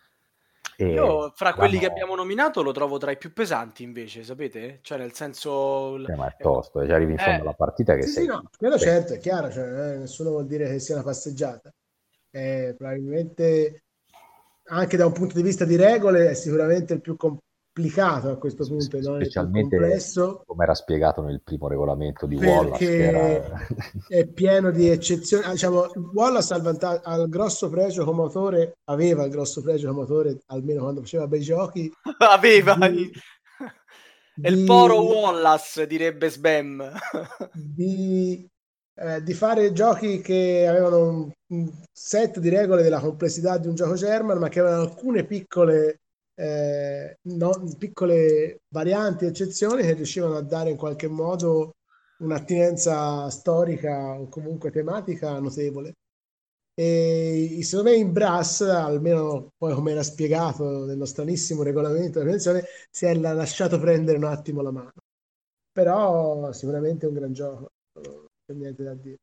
Io fra quelli che abbiamo nominato lo trovo tra i più pesanti invece, sapete? Cioè nel senso... Sì, ma è tosto, già arrivi in fondo eh, alla partita che sì, sei... Sì, no, quello sì. Certo, è chiaro, cioè, eh, nessuno vuol dire che sia una passeggiata. Eh, probabilmente anche da un punto di vista di regole è sicuramente il più complicato a questo punto, no? Il più complesso. Come era spiegato nel primo regolamento di perché Wallace, che era... è pieno di eccezioni. Diciamo, Wallace ha il, vantaggio, ha il grosso pregio come autore, aveva il grosso pregio come autore, almeno quando faceva bei giochi. aveva! Di, Il di, poro Wallace, direbbe Sbam. di, eh, di fare giochi che avevano un, un set di regole della complessità di un gioco German, ma che avevano alcune piccole, eh, no, piccole varianti, eccezioni che riuscivano a dare in qualche modo un'attinenza storica o comunque tematica notevole. E secondo me in Brass, almeno poi come era spiegato nello stranissimo regolamento della convenzione, si è lasciato prendere un attimo la mano. Però sicuramente è un gran gioco, non c'è niente da dire.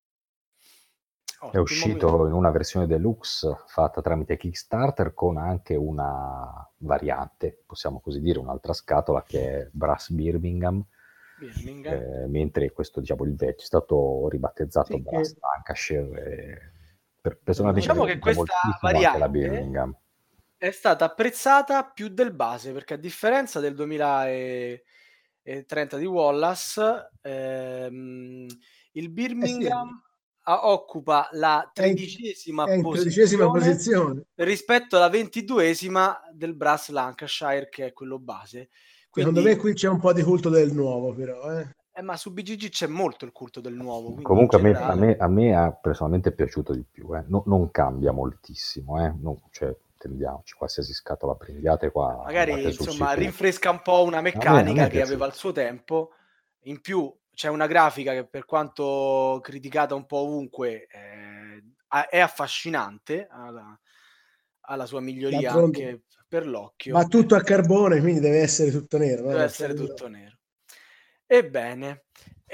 È uscito in una versione deluxe fatta tramite Kickstarter con anche una variante, possiamo così dire, un'altra scatola che è Brass Birmingham, Birmingham. Eh, mentre questo, diciamo, il vecchio è stato ribattezzato Sì, Brass che... Lancashire. Per, personalmente diciamo che questa variante la Birmingham è stata apprezzata più del base, perché a differenza del duemilatrenta di Wallace, ehm, il Birmingham Eh sì, occupa la tredicesima è in posizione, posizione rispetto alla ventiduesima del Brass Lancashire, che è quello base. Quindi, secondo me qui c'è un po' di culto del nuovo, però. Eh. Eh, ma su B G G c'è molto il culto del nuovo. Comunque a me, a, me, a me ha personalmente piaciuto di più, eh. no, non cambia moltissimo, eh. non, cioè, tendiamoci, qualsiasi scatola prendiate qua. Magari insomma rinfresca un po' una meccanica che aveva al suo tempo. In più c'è una grafica che, per quanto criticata un po' ovunque, eh, è affascinante, alla, alla sua miglioria anche per l'occhio. Va tutto a carbone, quindi deve essere tutto nero. Deve no? essere tutto nero. Ebbene,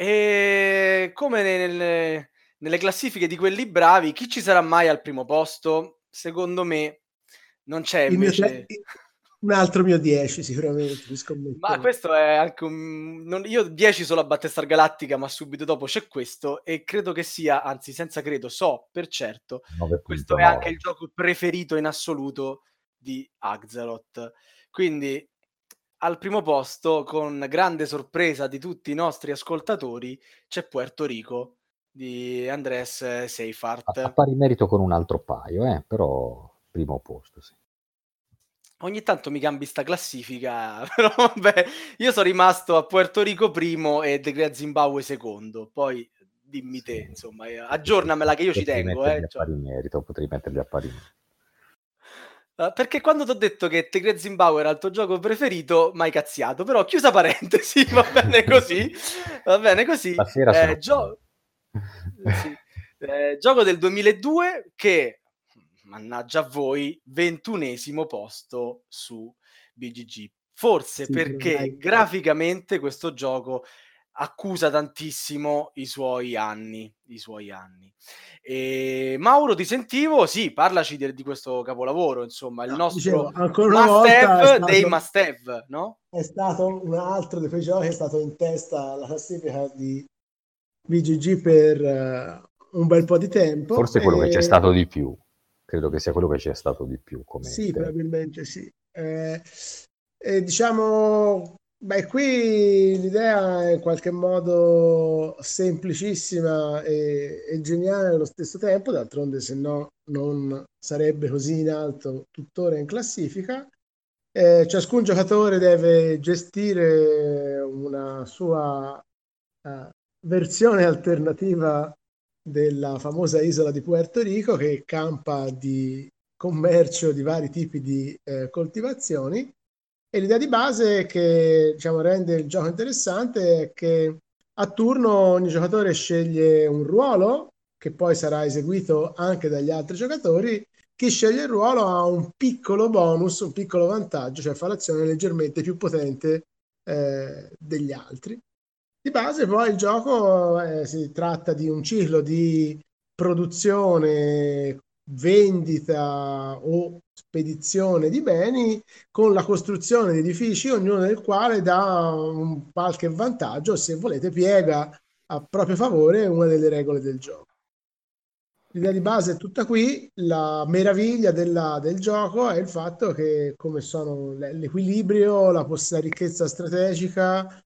e come nelle, nelle classifiche di quelli bravi, chi ci sarà mai al primo posto? Secondo me non c'è Il invece... Mio, un altro mio dieci sicuramente. Ma questo è anche un... Non, io dieci solo a Battlestar Galactica, ma subito dopo c'è questo, e credo che sia, anzi senza credo, so per certo, questo è anche il gioco preferito in assoluto di Axelot. Quindi al primo posto, con grande sorpresa di tutti i nostri ascoltatori, c'è Puerto Rico di Andrés Seifert. A, a pari merito con un altro paio, eh? Però primo posto, sì. Ogni tanto mi cambi sta classifica, però vabbè, io sono rimasto a Puerto Rico primo e The Great Zimbabwe secondo, poi dimmi te, sì, insomma, aggiornamela che io ci tengo. Eh, a pari merito, potrei metterli a pari merito. Uh, perché quando ti ho detto che The Great Zimbabwe era il tuo gioco preferito, mai cazziato, però chiusa parentesi, va bene così, va bene così. La sera eh, gio- sì. eh, gioco del duemiladue che, mannaggia a voi, ventunesimo posto su B G G. Forse sì, perché dai. graficamente questo gioco accusa tantissimo i suoi anni, i suoi anni. E Mauro, ti sentivo, sì, parlaci di, di questo capolavoro, insomma, il no, nostro dicevo, ancora una must have stato, dei must have, no? È stato un altro dei quei giochi che è stato in testa alla classifica di B G G per uh, un bel po' di tempo. Forse quello e... che c'è stato di più, credo che sia quello che c'è stato di più. Come sì, te. probabilmente sì. Eh, e diciamo... Beh, qui l'idea è in qualche modo semplicissima e, e geniale allo stesso tempo, d'altronde se no non sarebbe così in alto tuttora in classifica. Eh, ciascun giocatore deve gestire una sua uh, versione alternativa della famosa isola di Puerto Rico, che campa di commercio di vari tipi di eh, coltivazioni. E l'idea di base che, diciamo, rende il gioco interessante è che a turno ogni giocatore sceglie un ruolo che poi sarà eseguito anche dagli altri giocatori. Chi sceglie il ruolo ha un piccolo bonus, un piccolo vantaggio, cioè fa l'azione leggermente più potente eh, degli altri. Di base poi il gioco eh, si tratta di un ciclo di produzione, vendita o spedizione di beni con la costruzione di edifici, ognuno del quale dà un qualche vantaggio, se volete piega a proprio favore una delle regole del gioco. L'idea di base è tutta qui, la meraviglia della, del gioco è il fatto che, come sono l'equilibrio, la, la ricchezza strategica,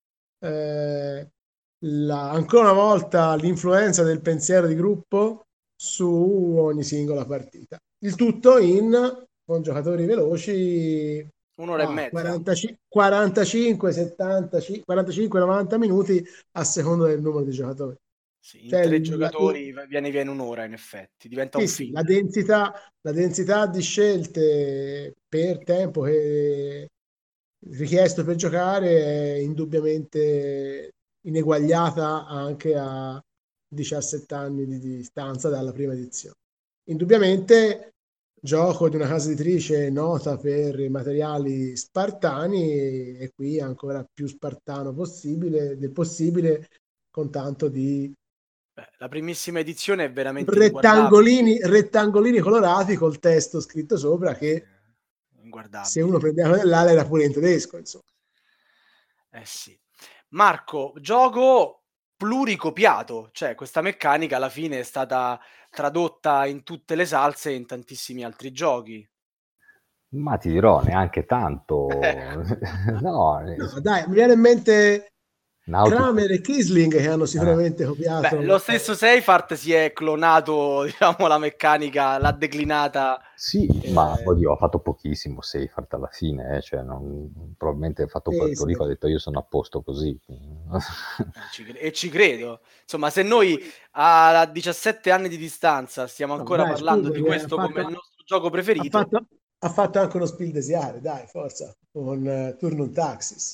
eh, la, ancora una volta l'influenza del pensiero di gruppo su ogni singola partita. Il tutto in con giocatori veloci. un'ora ah, e mezza. quarantacinque, quarantacinque, settanta, quarantacinque novanta minuti a seconda del numero di giocatori. Sì, in cioè, tre la, giocatori la, viene via in un'ora, in effetti, diventa sì, un sì, film. la densità, la densità di scelte per tempo che richiesto per giocare è indubbiamente ineguagliata anche a diciassette anni di distanza dalla prima edizione. Indubbiamente gioco di una casa editrice nota per i materiali spartani e qui è ancora più spartano possibile, del possibile, con tanto di Beh, la primissima edizione è veramente rettangolini, rettangolini colorati col testo scritto sopra che se uno prendeva dell'ala era pure in tedesco, insomma. Eh sì. Marco, gioco pluricopiato, cioè questa meccanica alla fine è stata tradotta in tutte le salse e in tantissimi altri giochi. Ma ti dirò, neanche tanto. no, no, dai, mi viene in mente Nautica. Kramer e Kisling che hanno sicuramente ah. copiato. Beh, lo stesso Seifert si è clonato, diciamo, la meccanica, l'ha declinata. Sì, eh... ma oddio, ha fatto pochissimo Seifert alla fine, eh, cioè non, probabilmente ha fatto Puerto Rico, ha detto io sono a posto così. ci cre- e ci credo. Insomma, se noi a diciassette anni di distanza stiamo ancora no, dai, parlando scusa, di questo fatto, come il nostro gioco preferito. Ha fatto, ha fatto anche uno Spiel des Jahres, dai, forza, con uh, Turnum Taxis.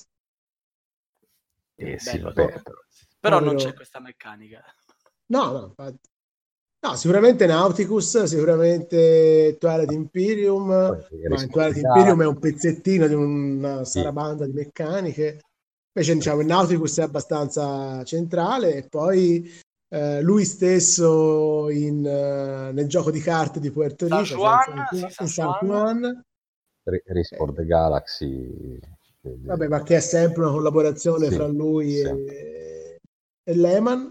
Eh sì, Bello, vabbè. però, però non c'è questa meccanica. No, no, infatti. No, sicuramente Nauticus, sicuramente Twilight Imperium, ma in Twilight Imperium è un pezzettino di una sarabanda sì. di meccaniche. Invece diciamo il Nauticus è abbastanza centrale e poi eh, lui stesso in, uh, nel gioco di carte di Puerto Rico, San Juan, cioè sì, in San Juan. Race for the Galaxy. Vabbè, ma che è sempre una collaborazione sì, fra lui sempre. e, e Lehman.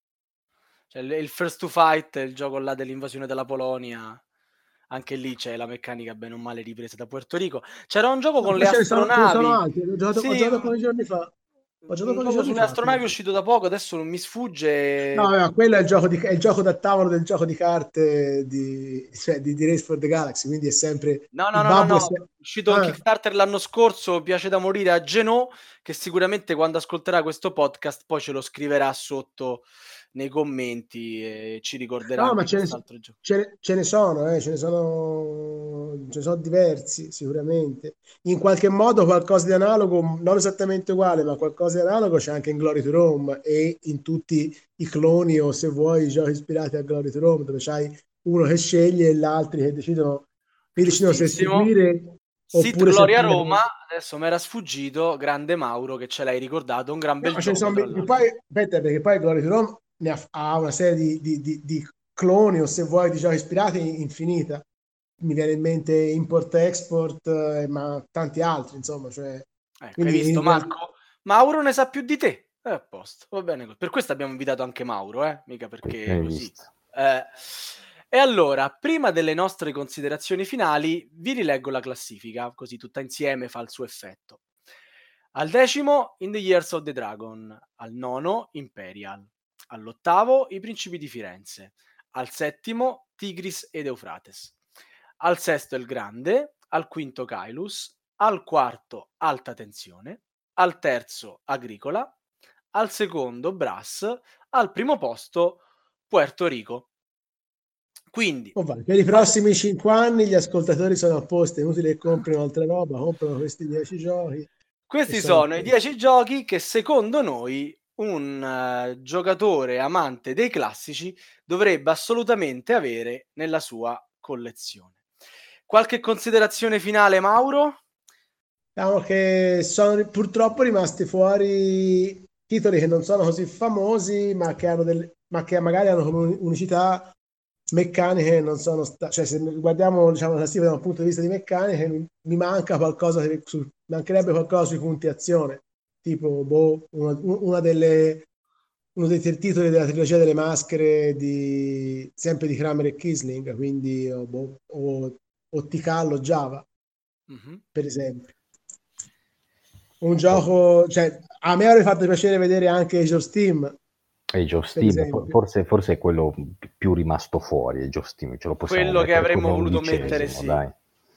Cioè, il First to Fight, il gioco là dell'invasione della Polonia, anche lì c'è la meccanica bene o male ripresa da Puerto Rico. C'era un gioco no, con le astronavi. Ce ne sono altri, ho giocato, sì, ho giocato pochi giorni fa. Ho giocato un gioco sulle astronavi è uscito da poco, adesso non mi sfugge. No, no, quello è il gioco, di, è il gioco da tavolo del gioco di carte di, cioè, di, di Race for the Galaxy, quindi è sempre... No, no, no, no, no. È uscito ah. un Kickstarter l'anno scorso, piace da morire a Genò, che sicuramente quando ascolterà questo podcast poi ce lo scriverà sotto nei commenti e ci ricorderà no, anche ma ce ne, gioco. Ce ne, ce ne sono, eh, ce ne sono, ce ne sono diversi sicuramente. In qualche modo qualcosa di analogo, non esattamente uguale, ma qualcosa di analogo c'è anche in Glory to Rome e in tutti i cloni o se vuoi i giochi ispirati a Glory to Rome, dove c'hai uno che sceglie e gli altri che decidono, che decidono se seguire oppure Gloria se Roma, adesso mi era sfuggito, grande Mauro che ce l'hai ricordato, un gran bel no, gioco. Perché poi, aspetta, perché poi Glory to Rome ne ha, ha una serie di, di, di, di cloni o se vuoi di giochi ispirati infinita. Mi viene in mente import-export, eh, ma tanti altri, insomma. Cioè, ecco, hai visto, Marco? Mauro ne sa più di te. È a posto, va bene. Per questo abbiamo invitato anche Mauro, eh? Mica perché hai così. Eh, e allora, prima delle nostre considerazioni finali, vi rileggo la classifica, così tutta insieme fa il suo effetto. Al decimo, In the Years of the Dragon. Al nono, Imperial. All'ottavo, I Principi di Firenze. Al settimo, Tigris ed Eufrates. Al sesto, Il Grande. Al quinto, Kailus. Al quarto, Alta Tensione. Al terzo, Agricola. Al secondo, Brass. Al primo posto, Puerto Rico. Quindi, oh, vai, per i prossimi cinque anni gli ascoltatori sono a posto, è inutile che comprino altre roba, comprano questi dieci giochi. Questi sono, sono i dieci giochi che secondo noi un uh, giocatore amante dei classici dovrebbe assolutamente avere nella sua collezione. Qualche considerazione finale, Mauro? Diciamo che sono purtroppo rimasti fuori titoli che non sono così famosi, ma che, hanno delle, ma che magari hanno come unicità meccaniche non sono state, cioè se guardiamo diciamo la classifica da un punto di vista di meccaniche mi, mi manca qualcosa su, mancherebbe qualcosa sui punti azione, tipo boh, una, una delle uno dei titoli della trilogia delle maschere di sempre di Kramer e Kisling, quindi o, boh, o, o Tikal o Java, mm-hmm. per esempio. Un gioco, cioè a me avrebbe fatto piacere vedere anche Age of Steam. Age of Steam, forse, forse è quello più rimasto fuori, Age of Steam, ce lo possiamo quello che avremmo voluto mettere, sì. Dai.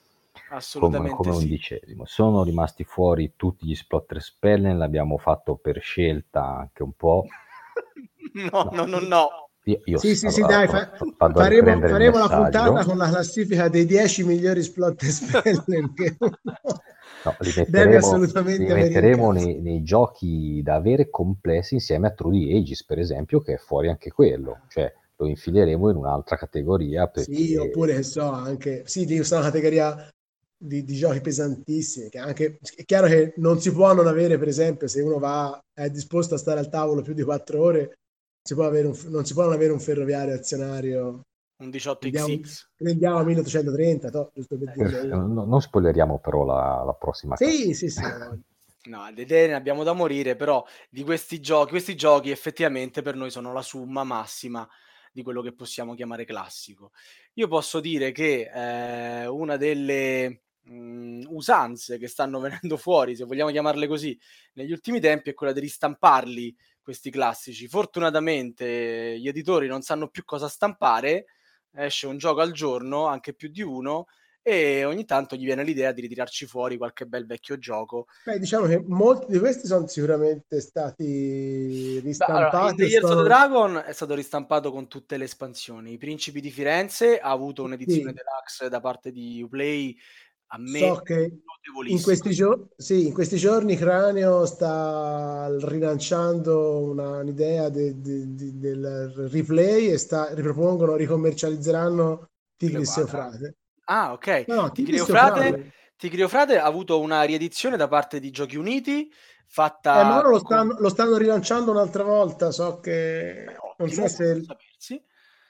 Assolutamente come, come sì. undicesimo. Sono rimasti fuori tutti gli Splotter Spellen, l'abbiamo fatto per scelta anche un po'. no, no, no, no. no. Io, io sì, sì, sì, allora, dai, fa, vado a faremo, riprendere il faremo la messaggio. puntata con la classifica dei dieci migliori Splotter Spellen che no, li deve metteremo, assolutamente li avere in metteremo casa. nei, nei giochi da avere complessi insieme a True the Ages, per esempio, che è fuori anche quello, cioè lo infileremo in un'altra categoria perché... Sì, oppure che so, anche sì, di questa categoria di, di giochi pesantissimi, che anche è chiaro che non si può non avere, per esempio, se uno va è disposto a stare al tavolo più di quattro ore, si può avere un, non si può non avere un ferroviario azionario. Un diciotto Prendiamo, X X. prendiamo millotrecentotrenta, to, giusto per dirne Perfetto. uno. No, non spoileriamo però la, la prossima Sì, sì, sì. No, le idee ne abbiamo da morire, però di questi giochi, questi giochi effettivamente per noi sono la summa massima di quello che possiamo chiamare classico. Io posso dire che eh, una delle mh, usanze che stanno venendo fuori, se vogliamo chiamarle così, negli ultimi tempi è quella di ristamparli questi classici. Fortunatamente gli editori non sanno più cosa stampare, esce un gioco al giorno, anche più di uno, e ogni tanto gli viene l'idea di ritirarci fuori qualche bel vecchio gioco. Beh, diciamo che molti di questi sono sicuramente stati Beh, allora, in ristampati The e Years of the sono... Dragon è stato ristampato con tutte le espansioni. I Principi di Firenze ha avuto un'edizione Sì, deluxe da parte di Uplay, a me so che in notevolissima. questi, gio- sì, in questi giorni Cranio sta rilanciando una- un'idea de- de- de- del replay e sta, ripropongono, ricommercializzeranno Tigris e Cleopatra. Eufrate. Ah, ok. No, Tigri Tigris e Eufrate, Eufrate. Tigri Eufrate ha avuto una riedizione da parte di Giochi Uniti, Eh, ma fatta ora lo con... stanno, lo stanno rilanciando un'altra volta, so Beh, che... Non so ottimo, buono se... sapersi.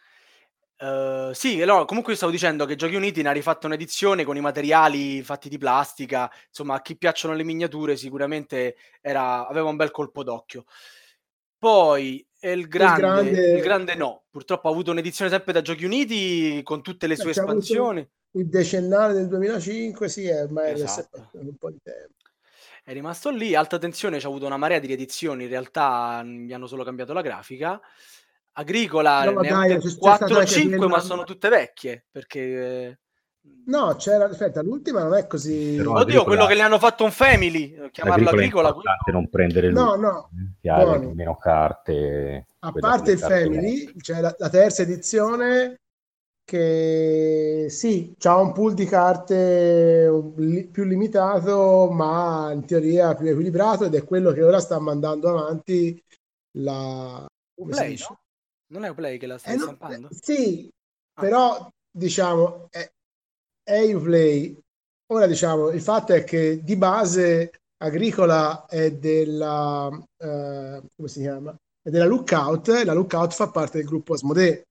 Uh, sì, no, comunque io stavo dicendo che Giochi Uniti ne ha rifatto un'edizione con i materiali fatti di plastica, insomma a chi piacciono le miniature sicuramente era, aveva un bel colpo d'occhio. Poi il Il grande, il grande... grande no, purtroppo ha avuto un'edizione sempre da Giochi Uniti con tutte le Beh, sue c'è avuto espansioni. il decennale del duemilacinque, sì, è ormai adesso è Esatto. passato un po' di tempo. È rimasto lì, Alta Tensione c'ha avuto una marea di riedizioni, in realtà mh, gli hanno solo cambiato la grafica. Agricola No, ne ha dai, avute c'è c'è stata quattro o anche cinque, ma quella... sono tutte vecchie, perché... eh, No, c'era, aspetta, l'ultima non è così... Però Oddio, quello Agricola, che le hanno fatto un family, eh, chiamarlo Agricola è agricola, importante quello... non prendere No, l'ultimo, no, eh, che ha le buono. meno carte, A quella con parte le il carte Family, messe. c'è la, la terza edizione che sì, c'ha un pool di carte un- li- più limitato, ma in teoria più equilibrato ed è quello che ora sta mandando avanti la... come si Uplay, dice? no? Non è Uplay che la sta Eh, no, eh, ristampando? sì, Ah, però diciamo è, è Uplay. Ora diciamo il fatto è che di base Agricola è della eh, come si chiama? È della Lookout, e la Lookout fa parte del gruppo Asmodee,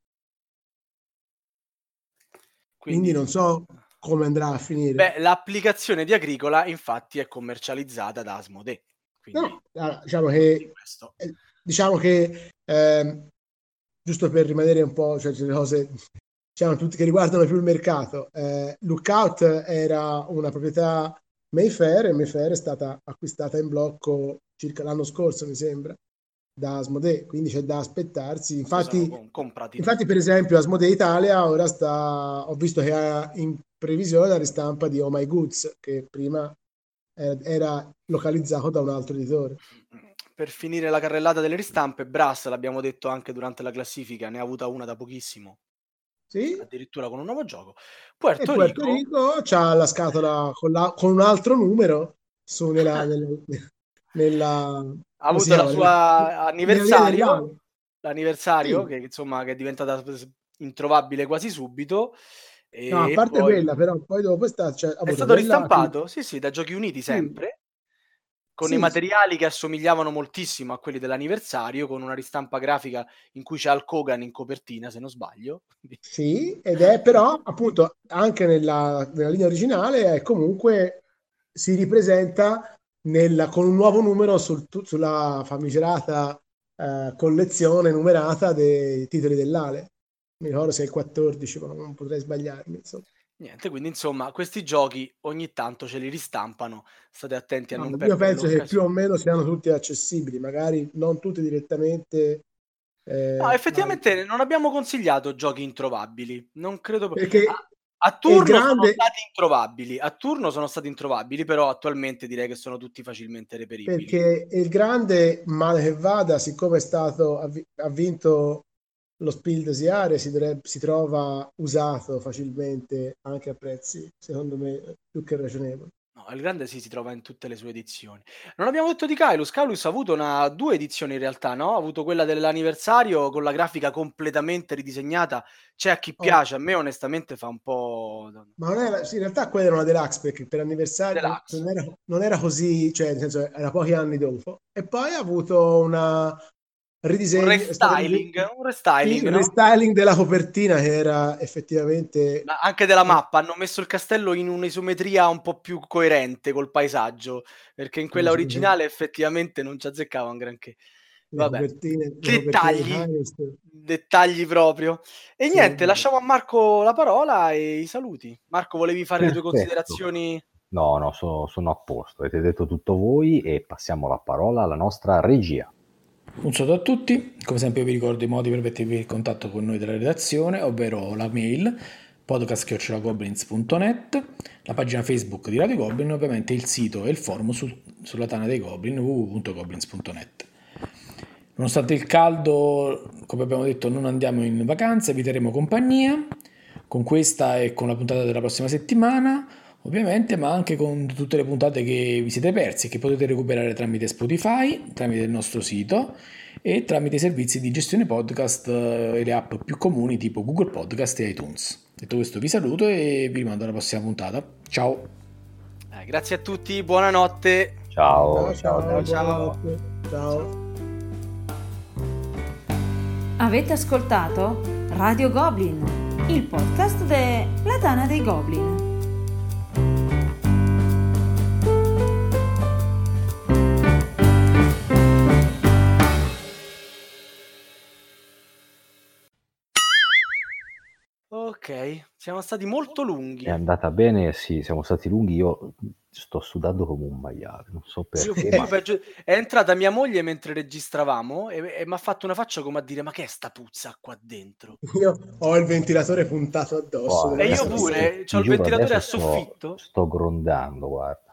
quindi quindi... non so come andrà a finire. Beh, l'applicazione di Agricola infatti è commercializzata da Asmodee, quindi No, allora, diciamo di che questo. eh, diciamo che ehm, giusto per rimanere un po', cioè le cose diciamo, tutte che riguardano più il mercato. Eh, Lookout era una proprietà Mayfair e Mayfair è stata acquistata in blocco circa l'anno scorso, mi sembra, da Asmodee, quindi c'è da aspettarsi. Si sono Infatti, com- comprati infatti tutto. per esempio, Asmodee Italia ora sta, ho visto che ha in previsione la ristampa di Oh My Goods, che prima era, era localizzato da un altro editore. Per finire la carrellata delle ristampe, Brass, l'abbiamo detto anche durante la classifica, ne ha avuta una da pochissimo, Sì? addirittura con un nuovo gioco. E Puerto Puerto Rico, Rico c'ha la scatola con, la- con un altro numero su nella, nella, nella- ha come si avuto la chiama? Nella, sua nella via anniversario, dell'Ale. l'anniversario Sì, che insomma che è diventata introvabile quasi subito, no, a e parte poi quella, però poi dopo è stato, cioè, ha è avuto stato via Lati. ristampato, sì sì, da Giochi Uniti Sì, sempre, con i sì, materiali che assomigliavano moltissimo a quelli dell'anniversario, con una ristampa grafica in cui c'è Hulk Hogan in copertina, se non sbaglio. sì, ed è però appunto anche nella, nella linea originale è comunque si ripresenta nella- con un nuovo numero sul- sulla famigerata eh, collezione numerata dei titoli dell'Ale. Mi ricordo se è il quattordici, ma non potrei sbagliarmi. Insomma. Niente, quindi insomma, questi giochi ogni tanto ce li ristampano, state attenti a No, non io perdere penso che più o l'occasione. meno siano tutti accessibili, magari non tutti direttamente, No, eh, al- effettivamente non abbiamo consigliato giochi introvabili, non credo... pro- perché Ah, A turno grande... sono stati introvabili, a turno sono stati introvabili, però attualmente direi che sono tutti facilmente reperibili. Perché il grande, male che vada, siccome è stato, ha vinto lo Spiel des Jahres, si, dovrebbe, si trova usato facilmente anche a prezzi, secondo me, più che ragionevoli. No, il grande sì, si trova in tutte le sue edizioni. Non abbiamo detto di Kailus. Kailus ha avuto una, due edizioni in realtà, no? Ha avuto quella dell'anniversario con la grafica completamente ridisegnata. C'è a chi Oh. piace, a me onestamente fa un po'... Ma non era, sì, in realtà quella era una deluxe, perché per anniversario Deluxe. non era, non era così, cioè nel senso era pochi anni dopo. E poi ha avuto una ridisegno, Un restyling, ridis- un restyling, sì, il no? restyling della copertina che era effettivamente... Ma anche della mappa, hanno messo il castello in un'isometria un po' più coerente col paesaggio, perché in quella originale effettivamente non ci azzeccava un granché. Le Vabbè, copertine, le dettagli, copertine di dettagli proprio. E sì, niente, vabbè. lasciamo a Marco la parola e i saluti. Marco, volevi fare Perfetto. le tue considerazioni? No, no, sono, sono a posto, avete detto tutto voi e passiamo la parola alla nostra regia. Un saluto a tutti, come sempre vi ricordo i modi per mettervi in contatto con noi della redazione, ovvero la mail podcast chiocciola goblins punto net, la pagina Facebook di Radio Goblin e ovviamente il sito e il forum su, sulla Tana dei Goblin w w w punto goblins punto net. Nonostante il caldo, come abbiamo detto, non andiamo in vacanza, vi terremo compagnia con questa e con la puntata della prossima settimana, ovviamente, ma anche con tutte le puntate che vi siete persi e che potete recuperare tramite Spotify, tramite il nostro sito e tramite i servizi di gestione podcast e le app più comuni tipo Google Podcast e iTunes. Detto questo vi saluto e vi rimando alla prossima puntata. Ciao! Eh, grazie a tutti, buonanotte. Ciao, Ciao, ciao, ciao. ciao. Ciao. Ciao. Avete ascoltato Radio Goblin, il podcast della Tana dei Goblin. Ok, siamo stati molto lunghi. È andata bene, sì, siamo stati lunghi, io sto sudando come un maiale, non so perché, Io, ma... peggio, è entrata mia moglie mentre registravamo e, e mi ha fatto una faccia come a dire: ma che è sta puzza qua dentro? Io ho il ventilatore puntato addosso. Guarda, E io della ti- pure, ti c'ho il giuro, ventilatore a adesso sto- soffitto. Sto grondando, guarda.